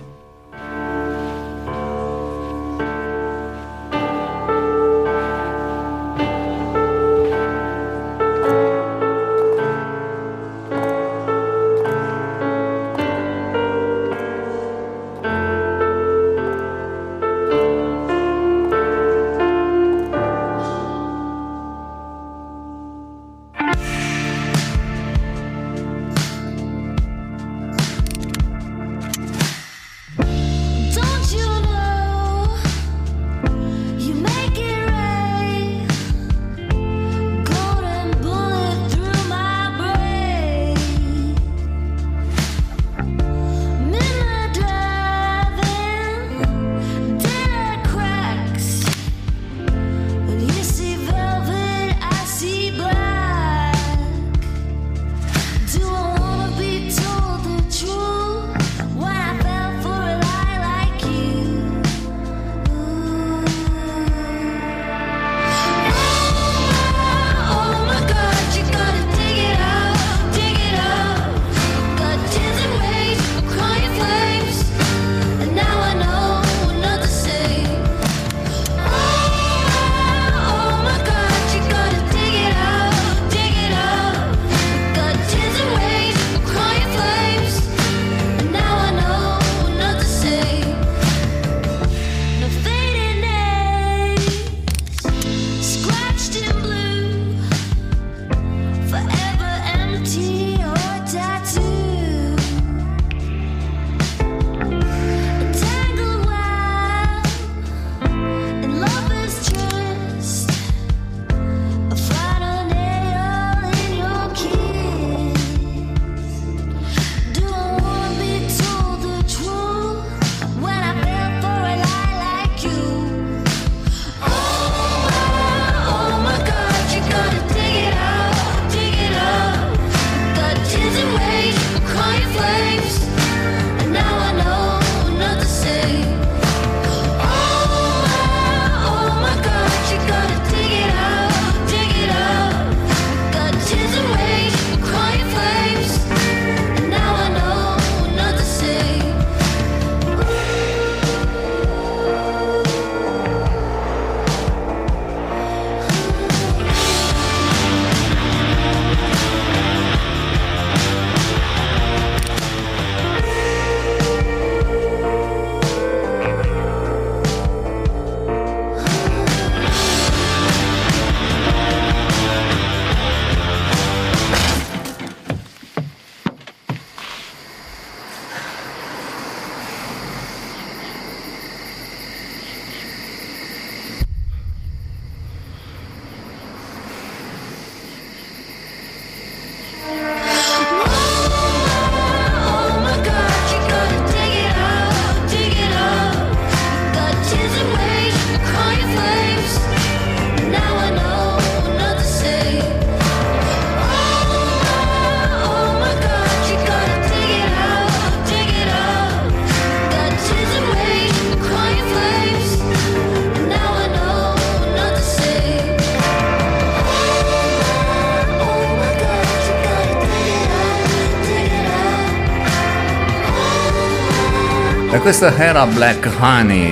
E questa era Black Honey,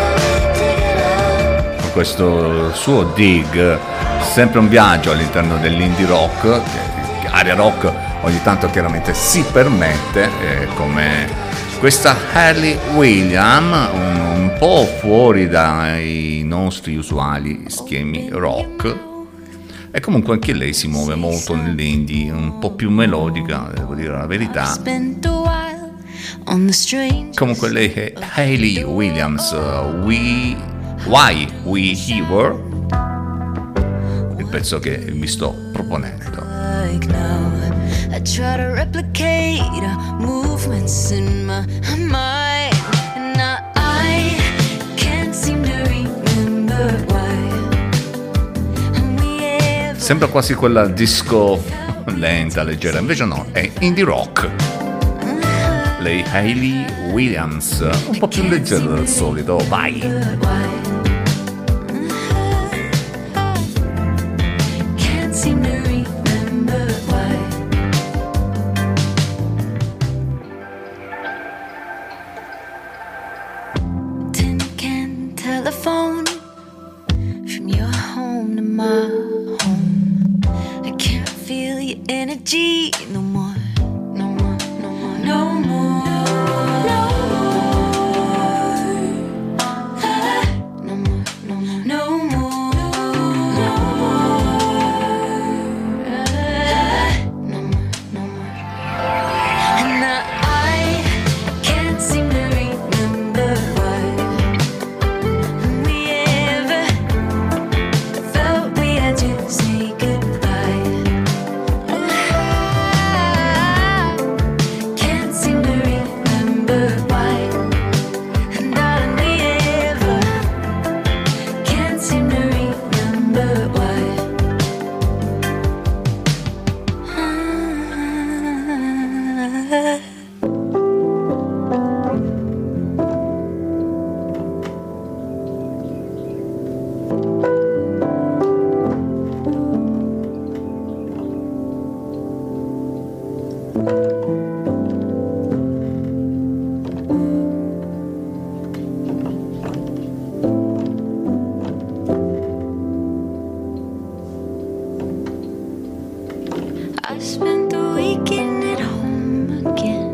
con questo suo dig, sempre un viaggio all'interno dell'indie rock, che area rock ogni tanto chiaramente si permette, eh, come questa Hayley Williams, un, un po' fuori dai nostri usuali schemi rock. E comunque anche lei si muove molto nell'indie, un po' più melodica, devo dire la verità. Comunque lei è Hayley Williams, uh, We, Why We Here, il pezzo che vi sto proponendo. I try to replicate movements in my mind, and I can't seem to remember why. Sembra quasi quella disco lenta, leggera, invece no, è indie rock. Lei Hayley Williams, un po' più leggera del solito, vai! Can't seem to remember why. feel your energy no more, no more, no more, no more, no more, ah, no more, no more, no more, no more, ah, no more, no more. And now I can't seem to remember why we ever felt we had to say goodbye. Can't seem to remember why. And darling, we ever can't seem to remember why. I spent the weekend at home again,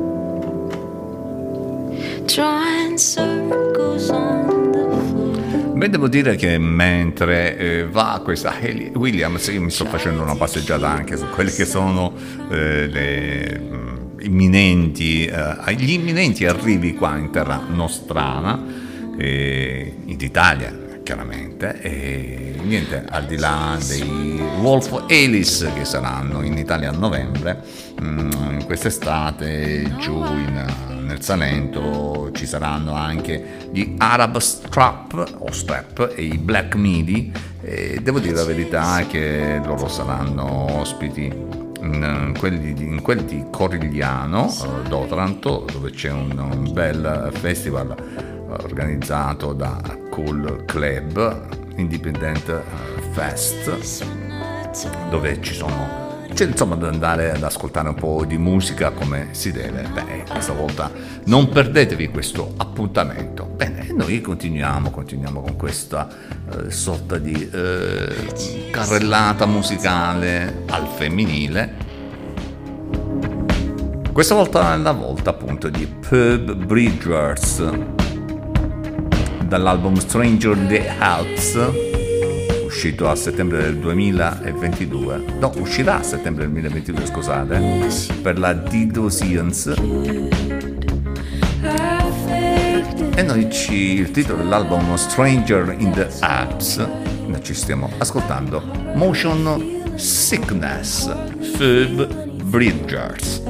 drawing circles on the floor. Beh, devo dire che mentre eh, va questa Hayley Williams, io mi sto facendo una passeggiata anche su quelli che sono eh, le mh, imminenti, eh, gli imminenti arrivi qua in terra nostrana, eh, in Italia chiaramente, e niente, al di là dei Wolf Alice che saranno in Italia a novembre, mh, quest'estate giù in, nel Salento ci saranno anche gli Arab Strap o Strap e i Black Midi, e devo dire la verità che loro saranno ospiti in quelli di, in quelli di Corigliano d'Otranto, dove c'è un, un bel festival organizzato da Cool Club Independent Fest, dove ci sono c'è insomma da andare ad ascoltare un po' di musica come si deve. Beh, questa volta non perdetevi questo appuntamento. Bene, noi continuiamo continuiamo con questa eh, sorta di eh, carrellata musicale al femminile. Questa volta è la volta appunto di Phoebe Bridgers, dall'album Stranger in the Alps, uscito a settembre del duemilaventidue, no, uscirà a settembre del duemilaventidue, scusate, per la Dido Science. E noi ci, il titolo dell'album Stranger in the Alps, noi ci stiamo ascoltando Motion Sickness, Phoebe Bridgers.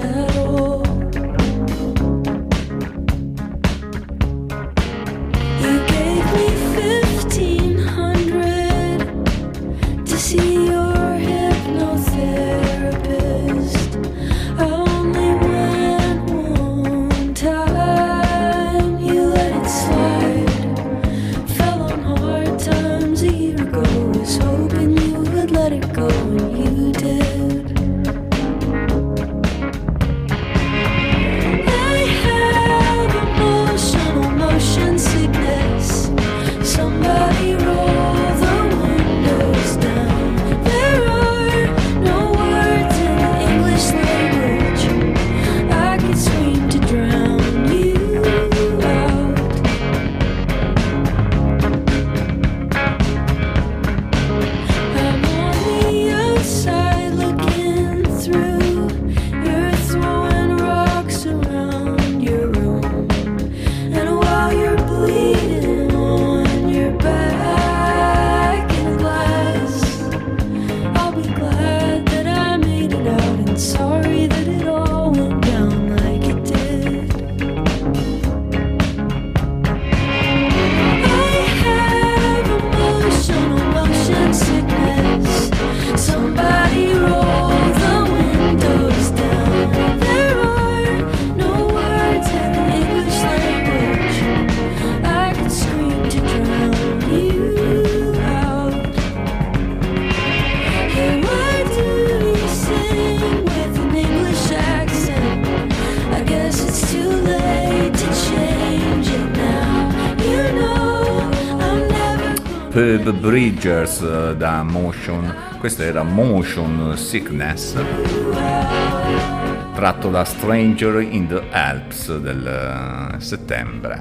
See your hypnotherapist. I only went one time. You let it slide. Fell on hard times a year ago. Was hoping you would let it go, and you did. Phoebe Bridgers uh, da Motion, questo era Motion Sickness, tratto da Stranger in the Alps del uh, settembre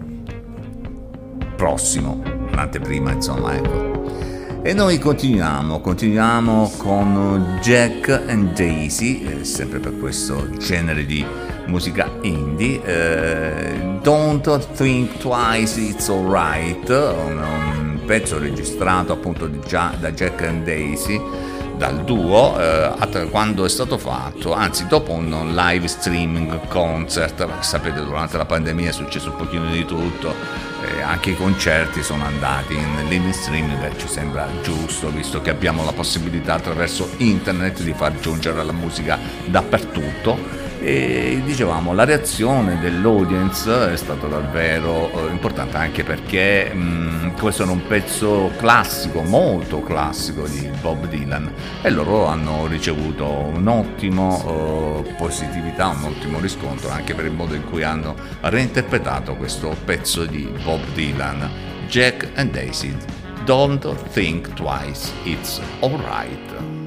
prossimo, un'anteprima insomma, ecco. E noi continuiamo, continuiamo con Jack and Daisy, eh, sempre per questo genere di musica indie, eh, Don't Think Twice, It's Alright, un, un pezzo registrato appunto di, da Jack and Daisy, dal duo, eh, quando è stato fatto, anzi dopo un live streaming concert, sapete durante la pandemia è successo un pochino di tutto, eh, anche i concerti sono andati in live streaming, ci sembra giusto visto che abbiamo la possibilità attraverso internet di far giungere la musica dappertutto. E dicevamo, la reazione dell'audience è stata davvero eh, importante, anche perché mh, questo era un pezzo classico, molto classico di Bob Dylan, e loro hanno ricevuto un ottimo eh, positività, un ottimo riscontro anche per il modo in cui hanno reinterpretato questo pezzo di Bob Dylan, Jack and Daisy, Don't Think Twice, It's Alright.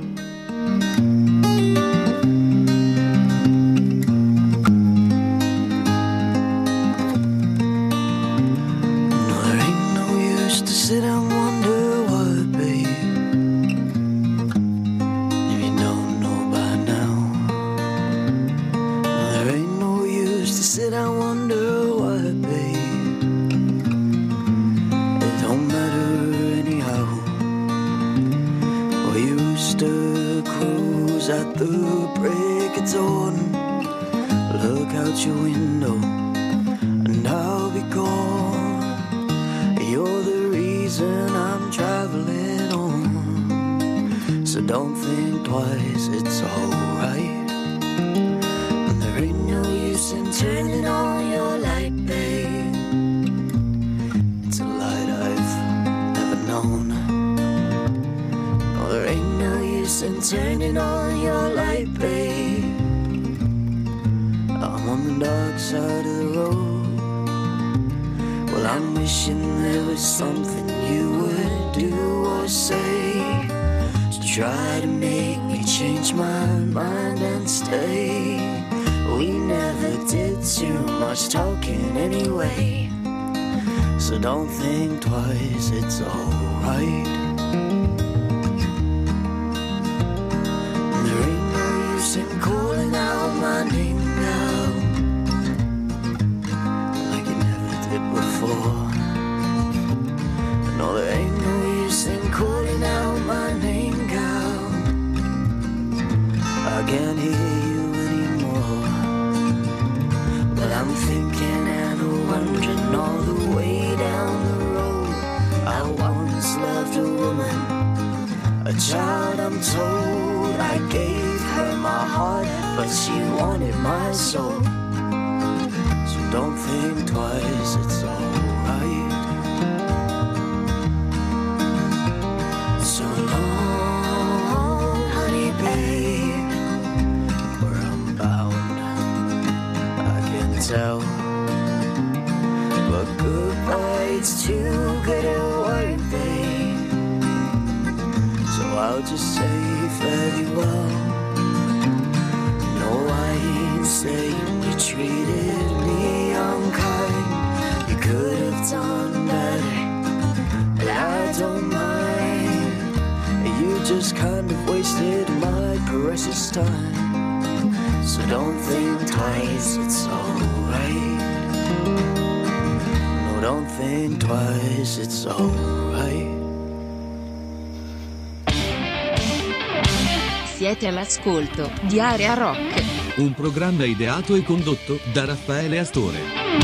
Sit and wonder why, babe. If you don't know by now, there ain't no use to sit and wonder why, babe. It don't matter anyhow. Well, your rooster crows at the break of dawn. Look out your window and I'll be gone. You're the reason I'm traveling on, so don't think twice, it's alright. There ain't no use in turning on your light, babe. It's a light I've never known. Oh, there ain't no use in turning on your light, babe. I'm on the dark side of the road. Well, I'm wishing there was something you would do or say to try to make me change my mind and stay. We never did too much talking anyway, so don't think twice, it's alright. There ain't no use in calling out my name now before. No, there ain't no use in calling out my name, gal. I can't hear you anymore. But I'm thinking and wondering all the way down the road. I once loved a woman, a child I'm told. I gave her my heart, but she wanted my soul. Don't think twice, it's alright. So long, honey babe, where I'm bound, I can tell. But goodbye, it's too good a word, babe. So I'll just say fairly well. No, I ain't saying you treated me unkind. You could have done better, but I don't mind. You just kind of wasted my precious time. So don't think twice, it's alright. No, don't think twice, it's alright. Siete all'ascolto di Area Rock. Un programma ideato e condotto da Raffaele Astore.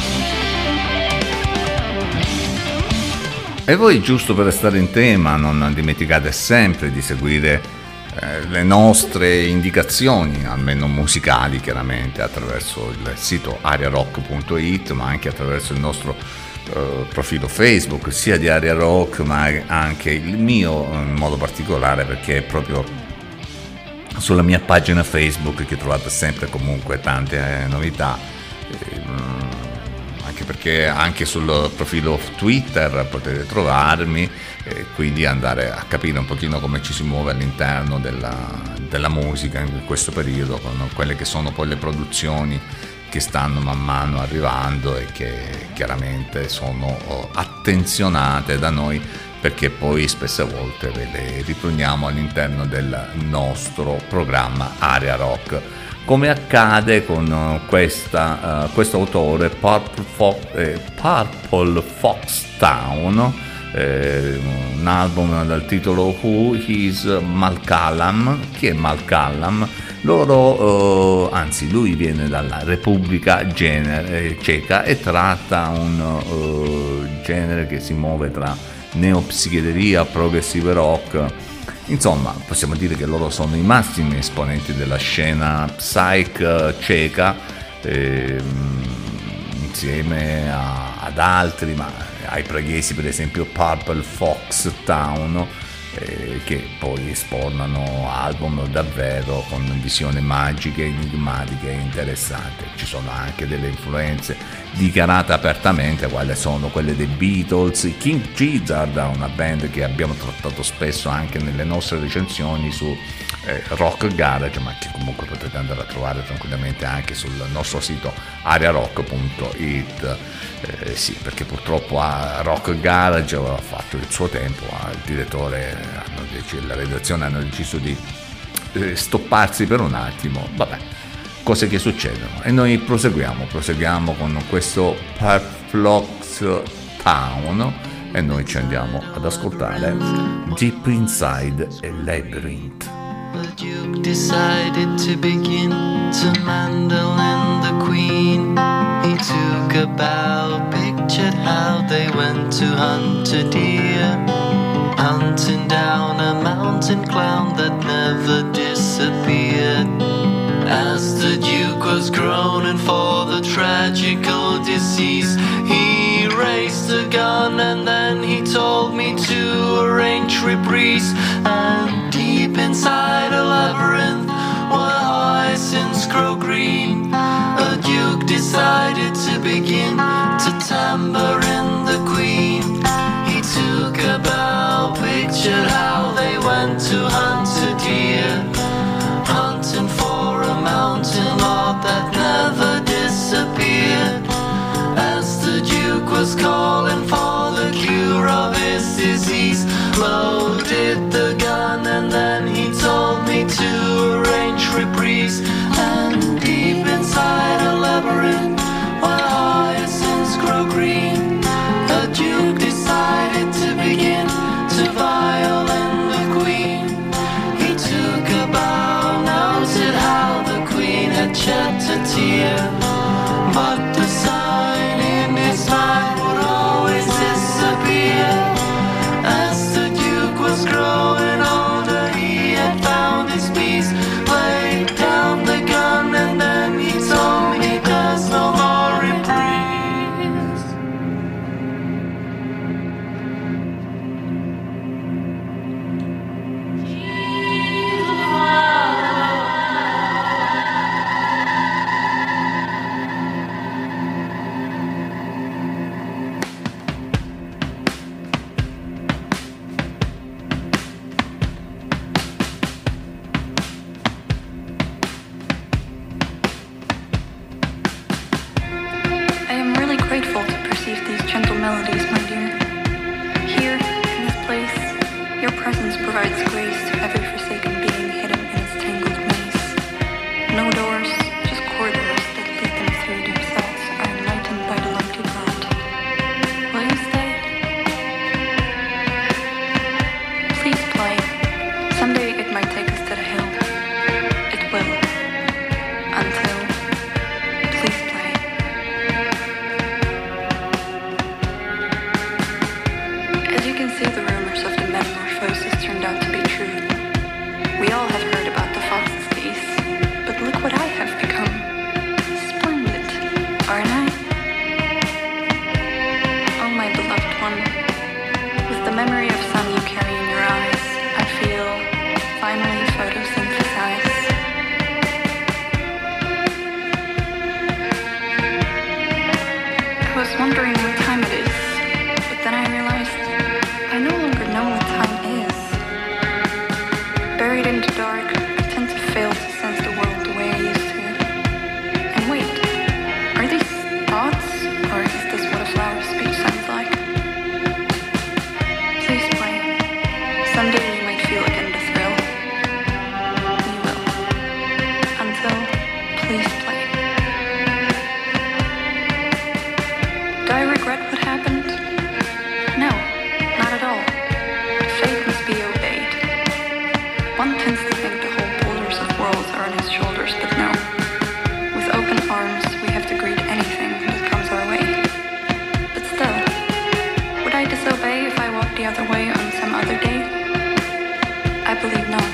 E voi, giusto per restare in tema, non dimenticate sempre di seguire eh, le nostre indicazioni, almeno musicali chiaramente, attraverso il sito aria rock punto it, ma anche attraverso il nostro eh, profilo Facebook, sia di Area Rock ma anche il mio in modo particolare, perché è proprio sulla mia pagina Facebook che trovate sempre comunque tante eh, novità, eh, anche perché anche sul profilo Twitter potete trovarmi e quindi andare a capire un pochino come ci si muove all'interno della, della musica in questo periodo, con quelle che sono poi le produzioni che stanno man mano arrivando e che chiaramente sono attenzionate da noi, perché poi spesse volte ve le riproponiamo all'interno del nostro programma Area Rock, come accade con questa, uh, questo autore Purple, Fo- eh, Purple Fox Town, eh, un album dal titolo Who is Malcolm. Chi è Malcolm? Loro, uh, anzi lui viene dalla Repubblica Genere, Ceca e tratta un uh, genere che si muove tra neopsichedelia, progressive rock. Insomma, possiamo dire che loro sono i massimi esponenti della scena psych ceca, eh, insieme a, ad altri, ma ai preghesi per esempio Purple Fox Town, eh, che poi spawnano album davvero con visione magiche, enigmatiche e interessanti. Ci sono anche delle influenze dichiarate apertamente, quali sono quelle dei Beatles, i King Gizzard, una band che abbiamo trattato spesso anche nelle nostre recensioni su eh, Rock Garage, ma che comunque potete andare a trovare tranquillamente anche sul nostro sito area rock punto it. Eh, sì, perché purtroppo a Rock Garage aveva fatto il suo tempo, il direttore, hanno deciso, la redazione hanno deciso di eh, stopparsi per un attimo, vabbè, cose che succedono, e noi proseguiamo, proseguiamo con questo Purple Town e noi ci andiamo ad ascoltare Deep Inside a Labyrinth. The Duke decided to begin to mandolin the Queen. He took a bow, pictured how they went to hunt a deer, hunting down a mountain clown that never disappeared. As the Duke was groaning for the tragical disease, he raised a gun and then he told me to arrange reprise. And deep inside a labyrinth where hyacinths grow green, a Duke decided to begin to tambourine the Queen. He took a bow, pictured how they went to hunt a deer, hunting for a mountain lord that never disappeared. As the Duke was calling for the cure of his disease, loaded the gun and then he told me to arrange reprise. And deep inside a labyrinth where hyacinths grow green, the Duke decided to begin to violin the Queen. He took a bow, noted how the Queen had shed a tear, but the sign in his mind would always disappear. As the Duke was growing older, he had found his peace, laid down the gun and then he told me there's no more reprise. on his shoulders, but no. With open arms, we have to greet anything that comes our way. But still, would I disobey if I walked the other way on some other day? I believe not.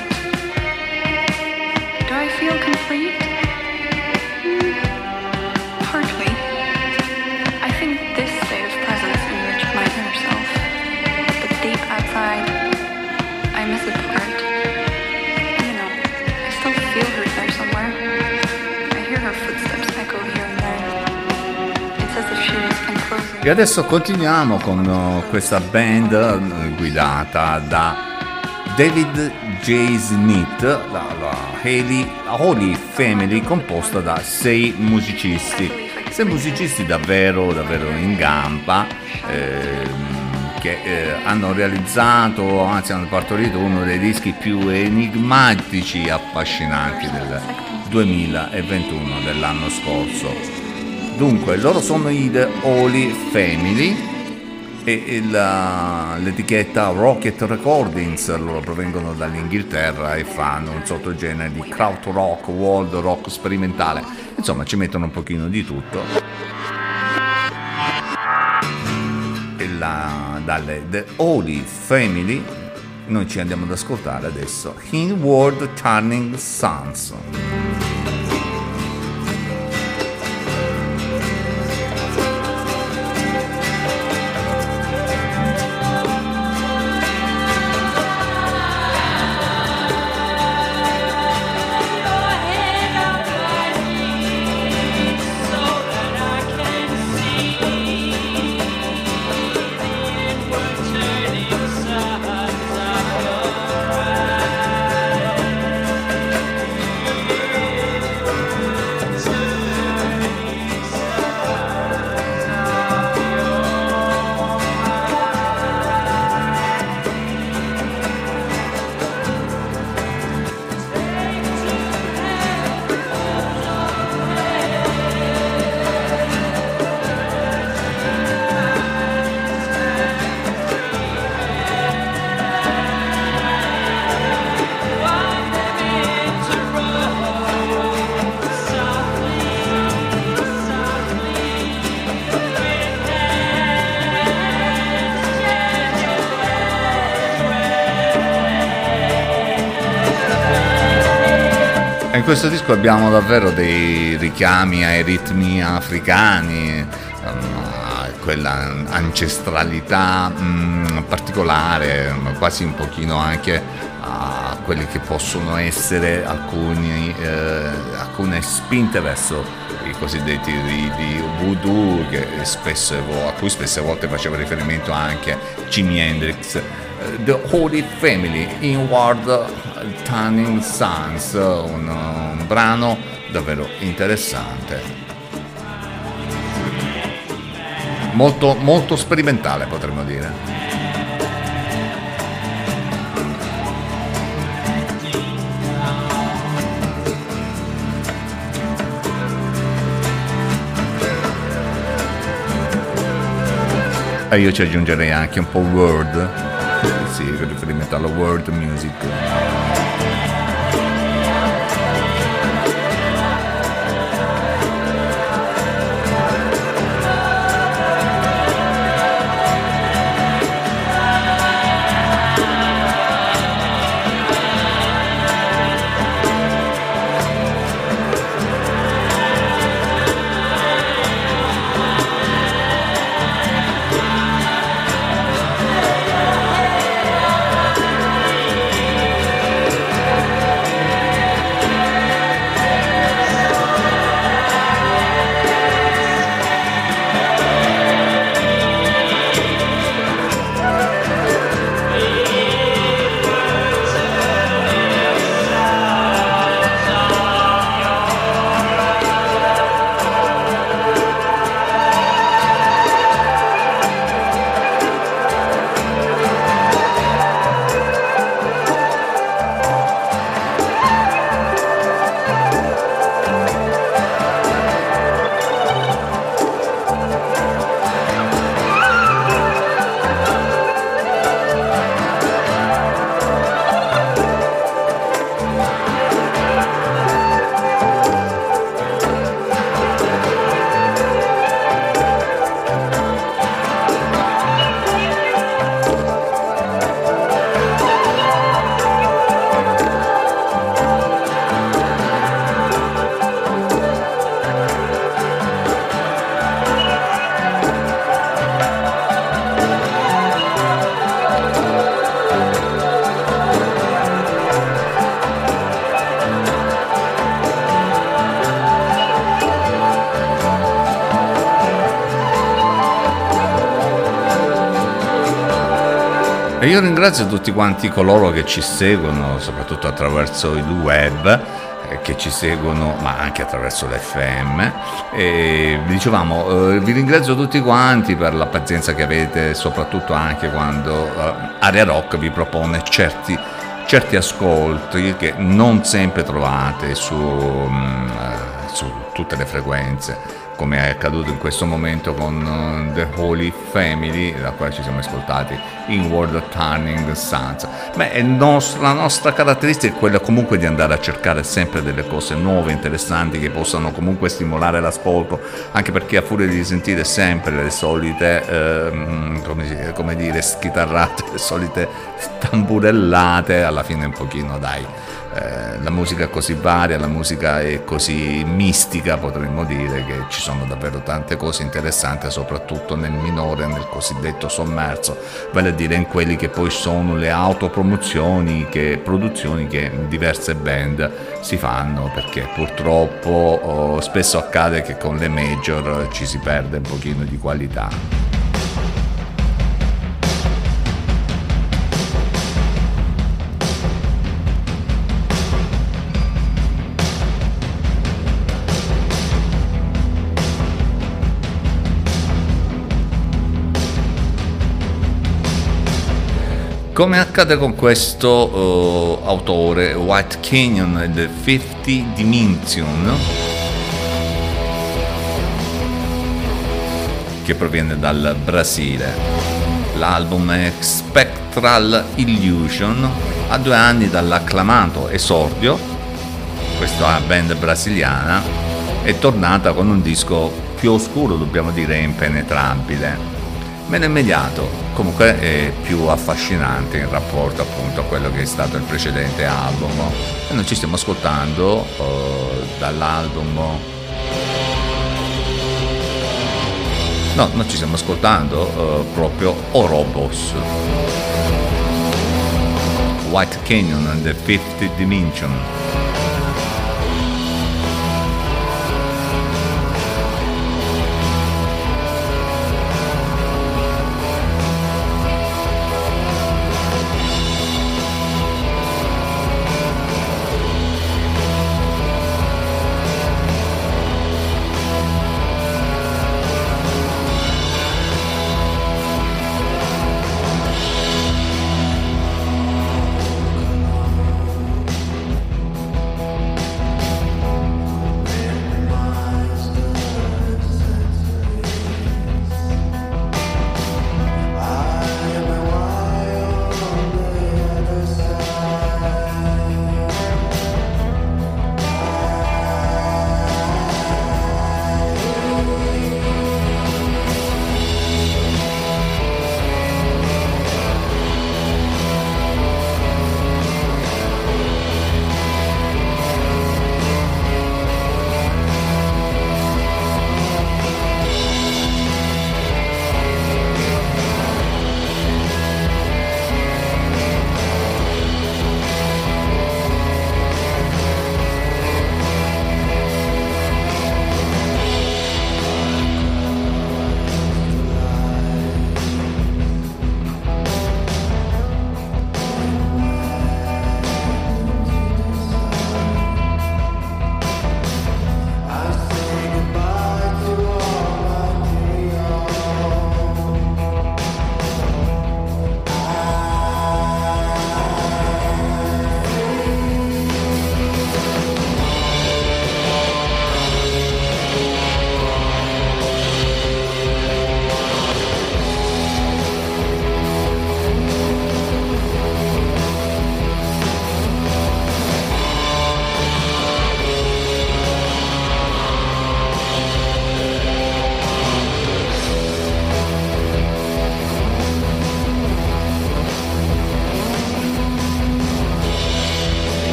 Do I feel complete? Hmm, partly. I think this state of presence enriched my inner self. But deep outside, I miss it part. You know, I still feel her there somewhere. I hear her footsteps echo here and there. It's as if she was enclosing. E adesso continuiamo con uh, questa band uh, guidata da David J. Smith, la, la Haley, Holy Family, composta da sei musicisti, sei musicisti davvero, davvero in gamba, ehm, che eh, hanno realizzato, anzi hanno partorito uno dei dischi più enigmatici e affascinanti del duemilaventuno, dell'anno scorso. Dunque, loro sono i The Holy Family e il, l'etichetta Rocket Recordings, loro provengono dall'Inghilterra e fanno un sottogenere di kraut rock, world rock sperimentale, insomma ci mettono un pochino di tutto. E la, dalle The Holy Family noi ci andiamo ad ascoltare adesso Inward Turning Suns. In questo disco abbiamo davvero dei richiami ai ritmi africani, a quella ancestralità mh, particolare, quasi un pochino anche a quelli che possono essere alcuni, eh, alcune spinte verso i cosiddetti riti voodoo, che spesso, a cui spesse volte faceva riferimento anche Jimi Hendrix. The Holy Family, Inward Turning Suns, un, un brano davvero interessante, molto, molto sperimentale potremmo dire. E io ci aggiungerei anche un po' world, sì, con riferimento alla world music. E io ringrazio tutti quanti coloro che ci seguono, soprattutto attraverso il web, eh, che ci seguono, ma anche attraverso l'F M. E dicevamo, eh, vi ringrazio tutti quanti per la pazienza che avete, soprattutto anche quando eh, Area Rock vi propone certi, certi ascolti che non sempre trovate su, mm, eh, su tutte le frequenze, come è accaduto in questo momento con uh, The Holy Family, da quale ci siamo ascoltati In World of Turning Suns. Beh, il nostro, la nostra caratteristica è quella comunque di andare a cercare sempre delle cose nuove, interessanti, che possano comunque stimolare l'ascolto, anche perché a furia di sentire sempre le solite, ehm, come, come dire, schitarrate, le solite tamburellate, alla fine un pochino, dai, eh, la musica è così varia, la musica è così mistica, potremmo dire, che ci sono davvero tante cose interessanti, soprattutto nel minore, nel cosiddetto sommerso, vale a dire in quelli che poi sono le autopromozioni, che produzioni che diverse band si fanno, perché purtroppo oh, spesso accade che con le major ci si perde un pochino di qualità. Come accade con questo uh, autore, White Canyon, The Fifth Dimension, che proviene dal Brasile. L'album è Spectral Illusion, a due anni dall'acclamato esordio. Questa band brasiliana è tornata con un disco più oscuro, dobbiamo dire impenetrabile, meno immediato, comunque è più affascinante in rapporto appunto a quello che è stato il precedente album. E noi ci stiamo ascoltando uh, dall'album, no, non ci stiamo ascoltando uh, proprio Orobos, White Canyon and the Fifth Dimension.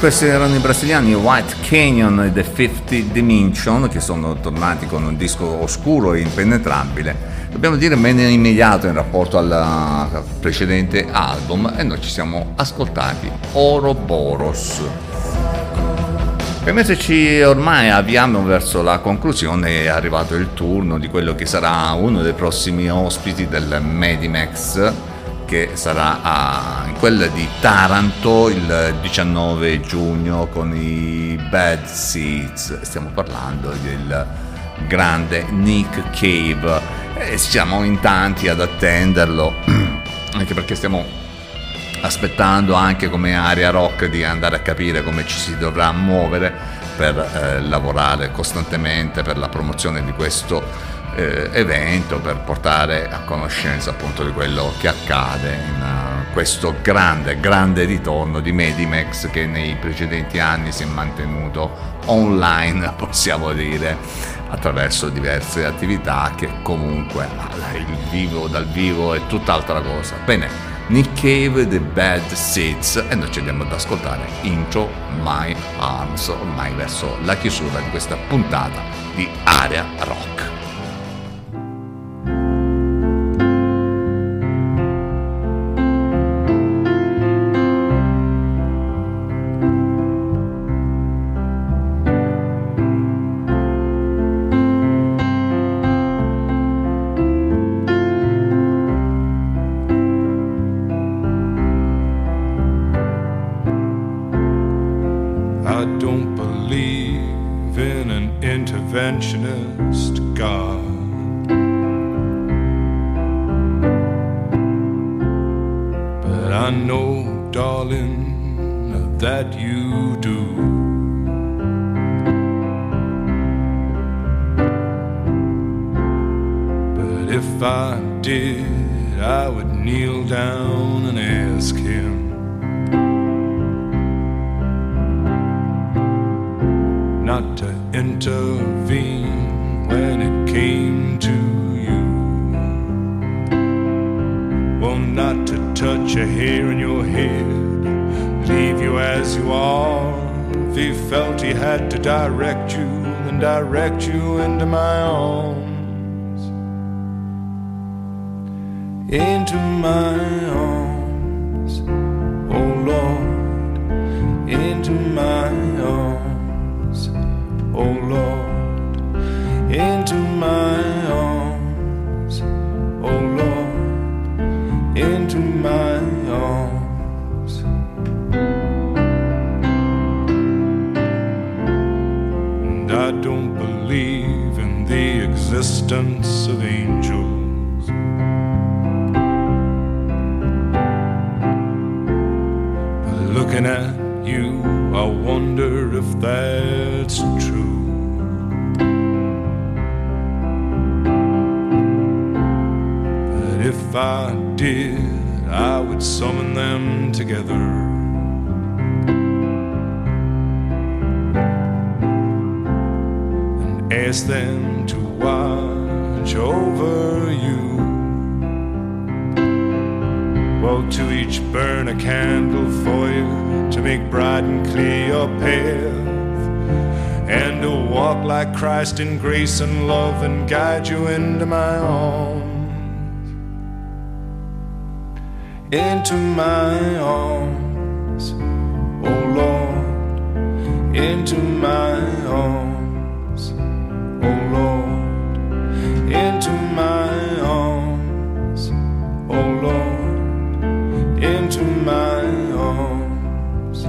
questi erano i brasiliani White Canyon e The Fifth Dimension, che sono tornati con un disco oscuro e impenetrabile, dobbiamo dire meno immediato in rapporto al precedente album, e noi ci siamo ascoltati Ouroboros. E mentre ci ormai avviamo verso la conclusione, è arrivato il turno di quello che sarà uno dei prossimi ospiti del Medimex, che sarà a, in quella di Taranto il diciannove giugno con i Bad Seeds. Stiamo parlando del grande Nick Cave e siamo in tanti ad attenderlo, anche perché stiamo aspettando anche come Area Rock di andare a capire come ci si dovrà muovere per eh, lavorare costantemente per la promozione di questo eh, evento, per portare a conoscenza appunto di quello che accade in uh, questo grande grande ritorno di Medimex, che nei precedenti anni si è mantenuto online, possiamo dire, attraverso diverse attività, che comunque il vivo dal vivo è tutt'altra cosa. Bene, Nick Cave, The Bad Seeds, e noi ci andiamo ad ascoltare Into My Arms, ormai verso la chiusura di questa puntata di Area Rock. Interventionist God, but I know, darling, that you do. But if I did, I would kneel down and ask him not to intervene when it came to you. Well, not to touch a hair in your head, leave you as you are. If he felt he had to direct you, then direct you into my arms. Into my arms, oh Lord, into my arms, oh Lord, into my arms, oh Lord, into my arms. And I don't believe in the existence of angels, but looking at you, I wonder if that's true. But if I did, I would summon them together and ask them to watch over you. Well, to each burn a candle for you, to make bright and clear your path, and to walk like Christ in grace and love and guide you into my arms. Into my arms, oh Lord, into my arms, oh Lord, into my arms, oh Lord, into my arms.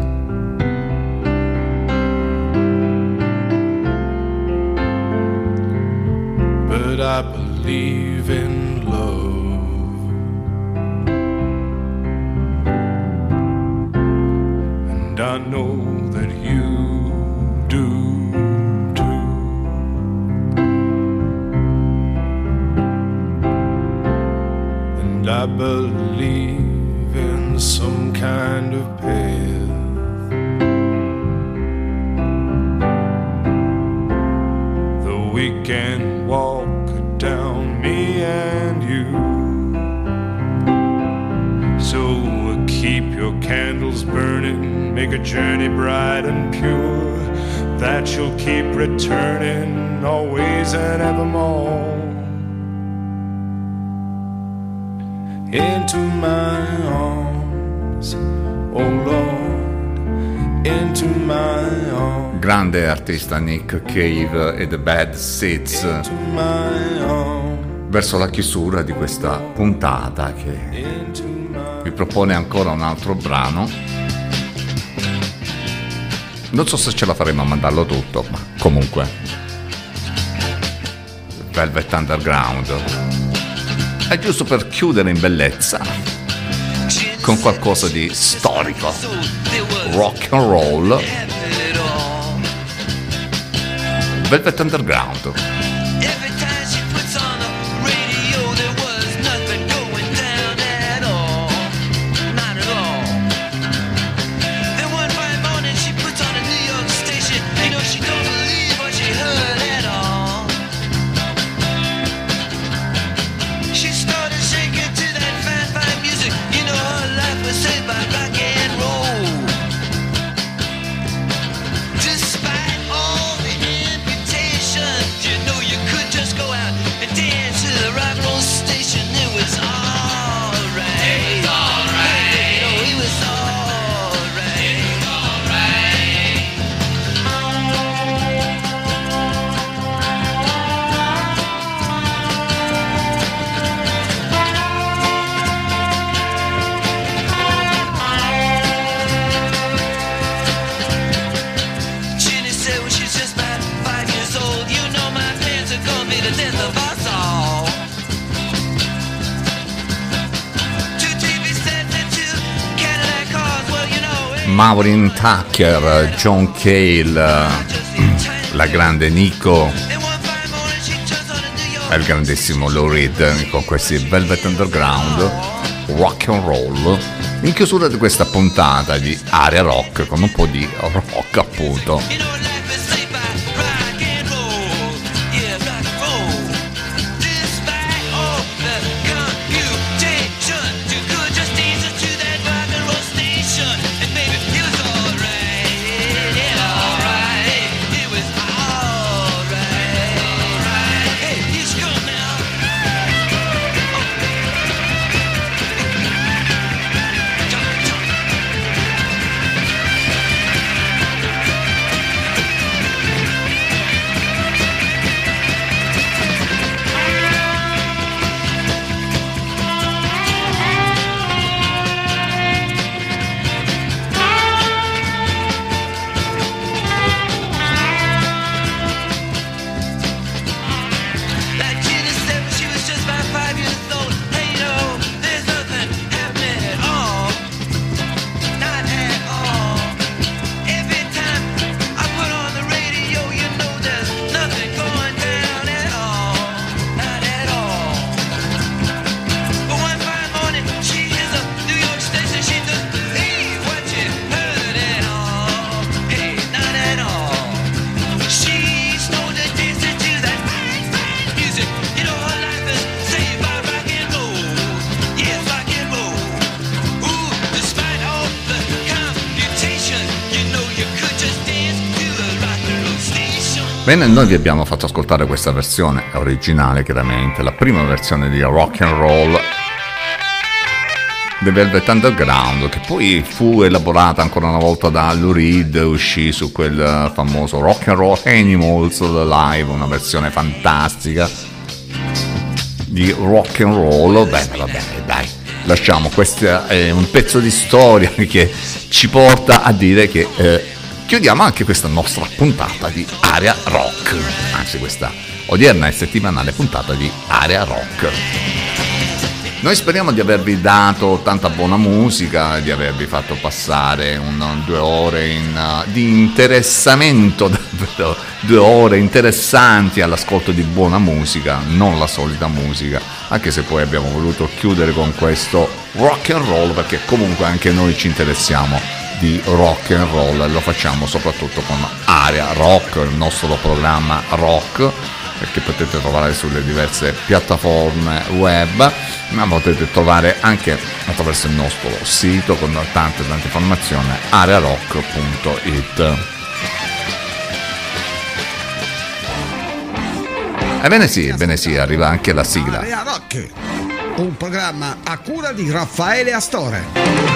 But I believe in love, and I know that you do too. And I believe in some kind of path, though we can walk down, me and you. So we'll keep Keep your candles burning, make a journey bright and pure, that you'll keep returning always and evermore. Into my arms, oh Lord, into my arms. Grande artista Nick Cave e The Bad Seeds. Into my arms. Verso la chiusura di questa puntata che vi propone ancora un altro brano. Non so se ce la faremo a mandarlo tutto, ma comunque Velvet Underground è giusto per chiudere in bellezza con qualcosa di storico, rock and roll. Velvet Underground. Maureen Tucker, John Cale, la grande Nico e il grandissimo Lou Reed con questi Velvet Underground, rock and roll, in chiusura di questa puntata di Area Rock con un po' di rock appunto. Bene, noi vi abbiamo fatto ascoltare questa versione originale, chiaramente, la prima versione di Rock and Roll The Velvet Underground, che poi fu elaborata ancora una volta da Lou Reed, uscì su quel famoso Rock and Roll Animals Live, una versione fantastica di rock and roll. Bene, va bene, dai, lasciamo, questo è un pezzo di storia che ci porta a dire che eh, chiudiamo anche questa nostra puntata di Area Rock, anzi questa odierna e settimanale puntata di Area Rock. Noi speriamo di avervi dato tanta buona musica, di avervi fatto passare un, due ore in, uh, di interessamento, davvero, due ore interessanti all'ascolto di buona musica, non la solita musica, anche se poi abbiamo voluto chiudere con questo rock and roll, perché comunque anche noi ci interessiamo di rock and roll e lo facciamo soprattutto con Area Rock, il nostro programma rock, che potete trovare sulle diverse piattaforme web, ma potete trovare anche attraverso il nostro sito con tante tante informazioni, area rock punto it. Ebbene sì, ebbene sì, arriva anche la sigla. Area Rock, un programma a cura di Raffaele Astore.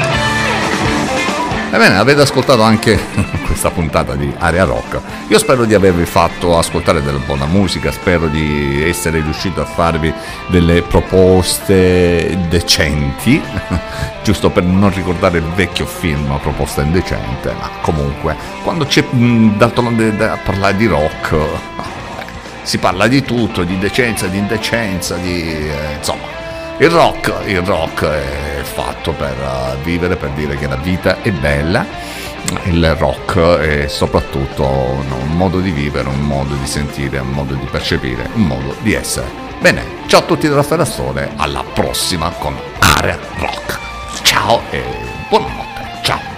Ebbene, avete ascoltato anche questa puntata di Area Rock. Io spero di avervi fatto ascoltare della buona musica, spero di essere riuscito a farvi delle proposte decenti, giusto per non ricordare il vecchio film Proposta indecente, ma comunque, quando c'è d'altronde da parlare di rock, si parla di tutto, di decenza, di indecenza, di eh, insomma. Il rock, il rock è fatto per uh, vivere, per dire che la vita è bella. Il rock è soprattutto un modo di vivere, un modo di sentire, un modo di percepire, un modo di essere. Bene, ciao a tutti da Raffaele Astore, alla prossima con Area Rock. Ciao e buonanotte, ciao.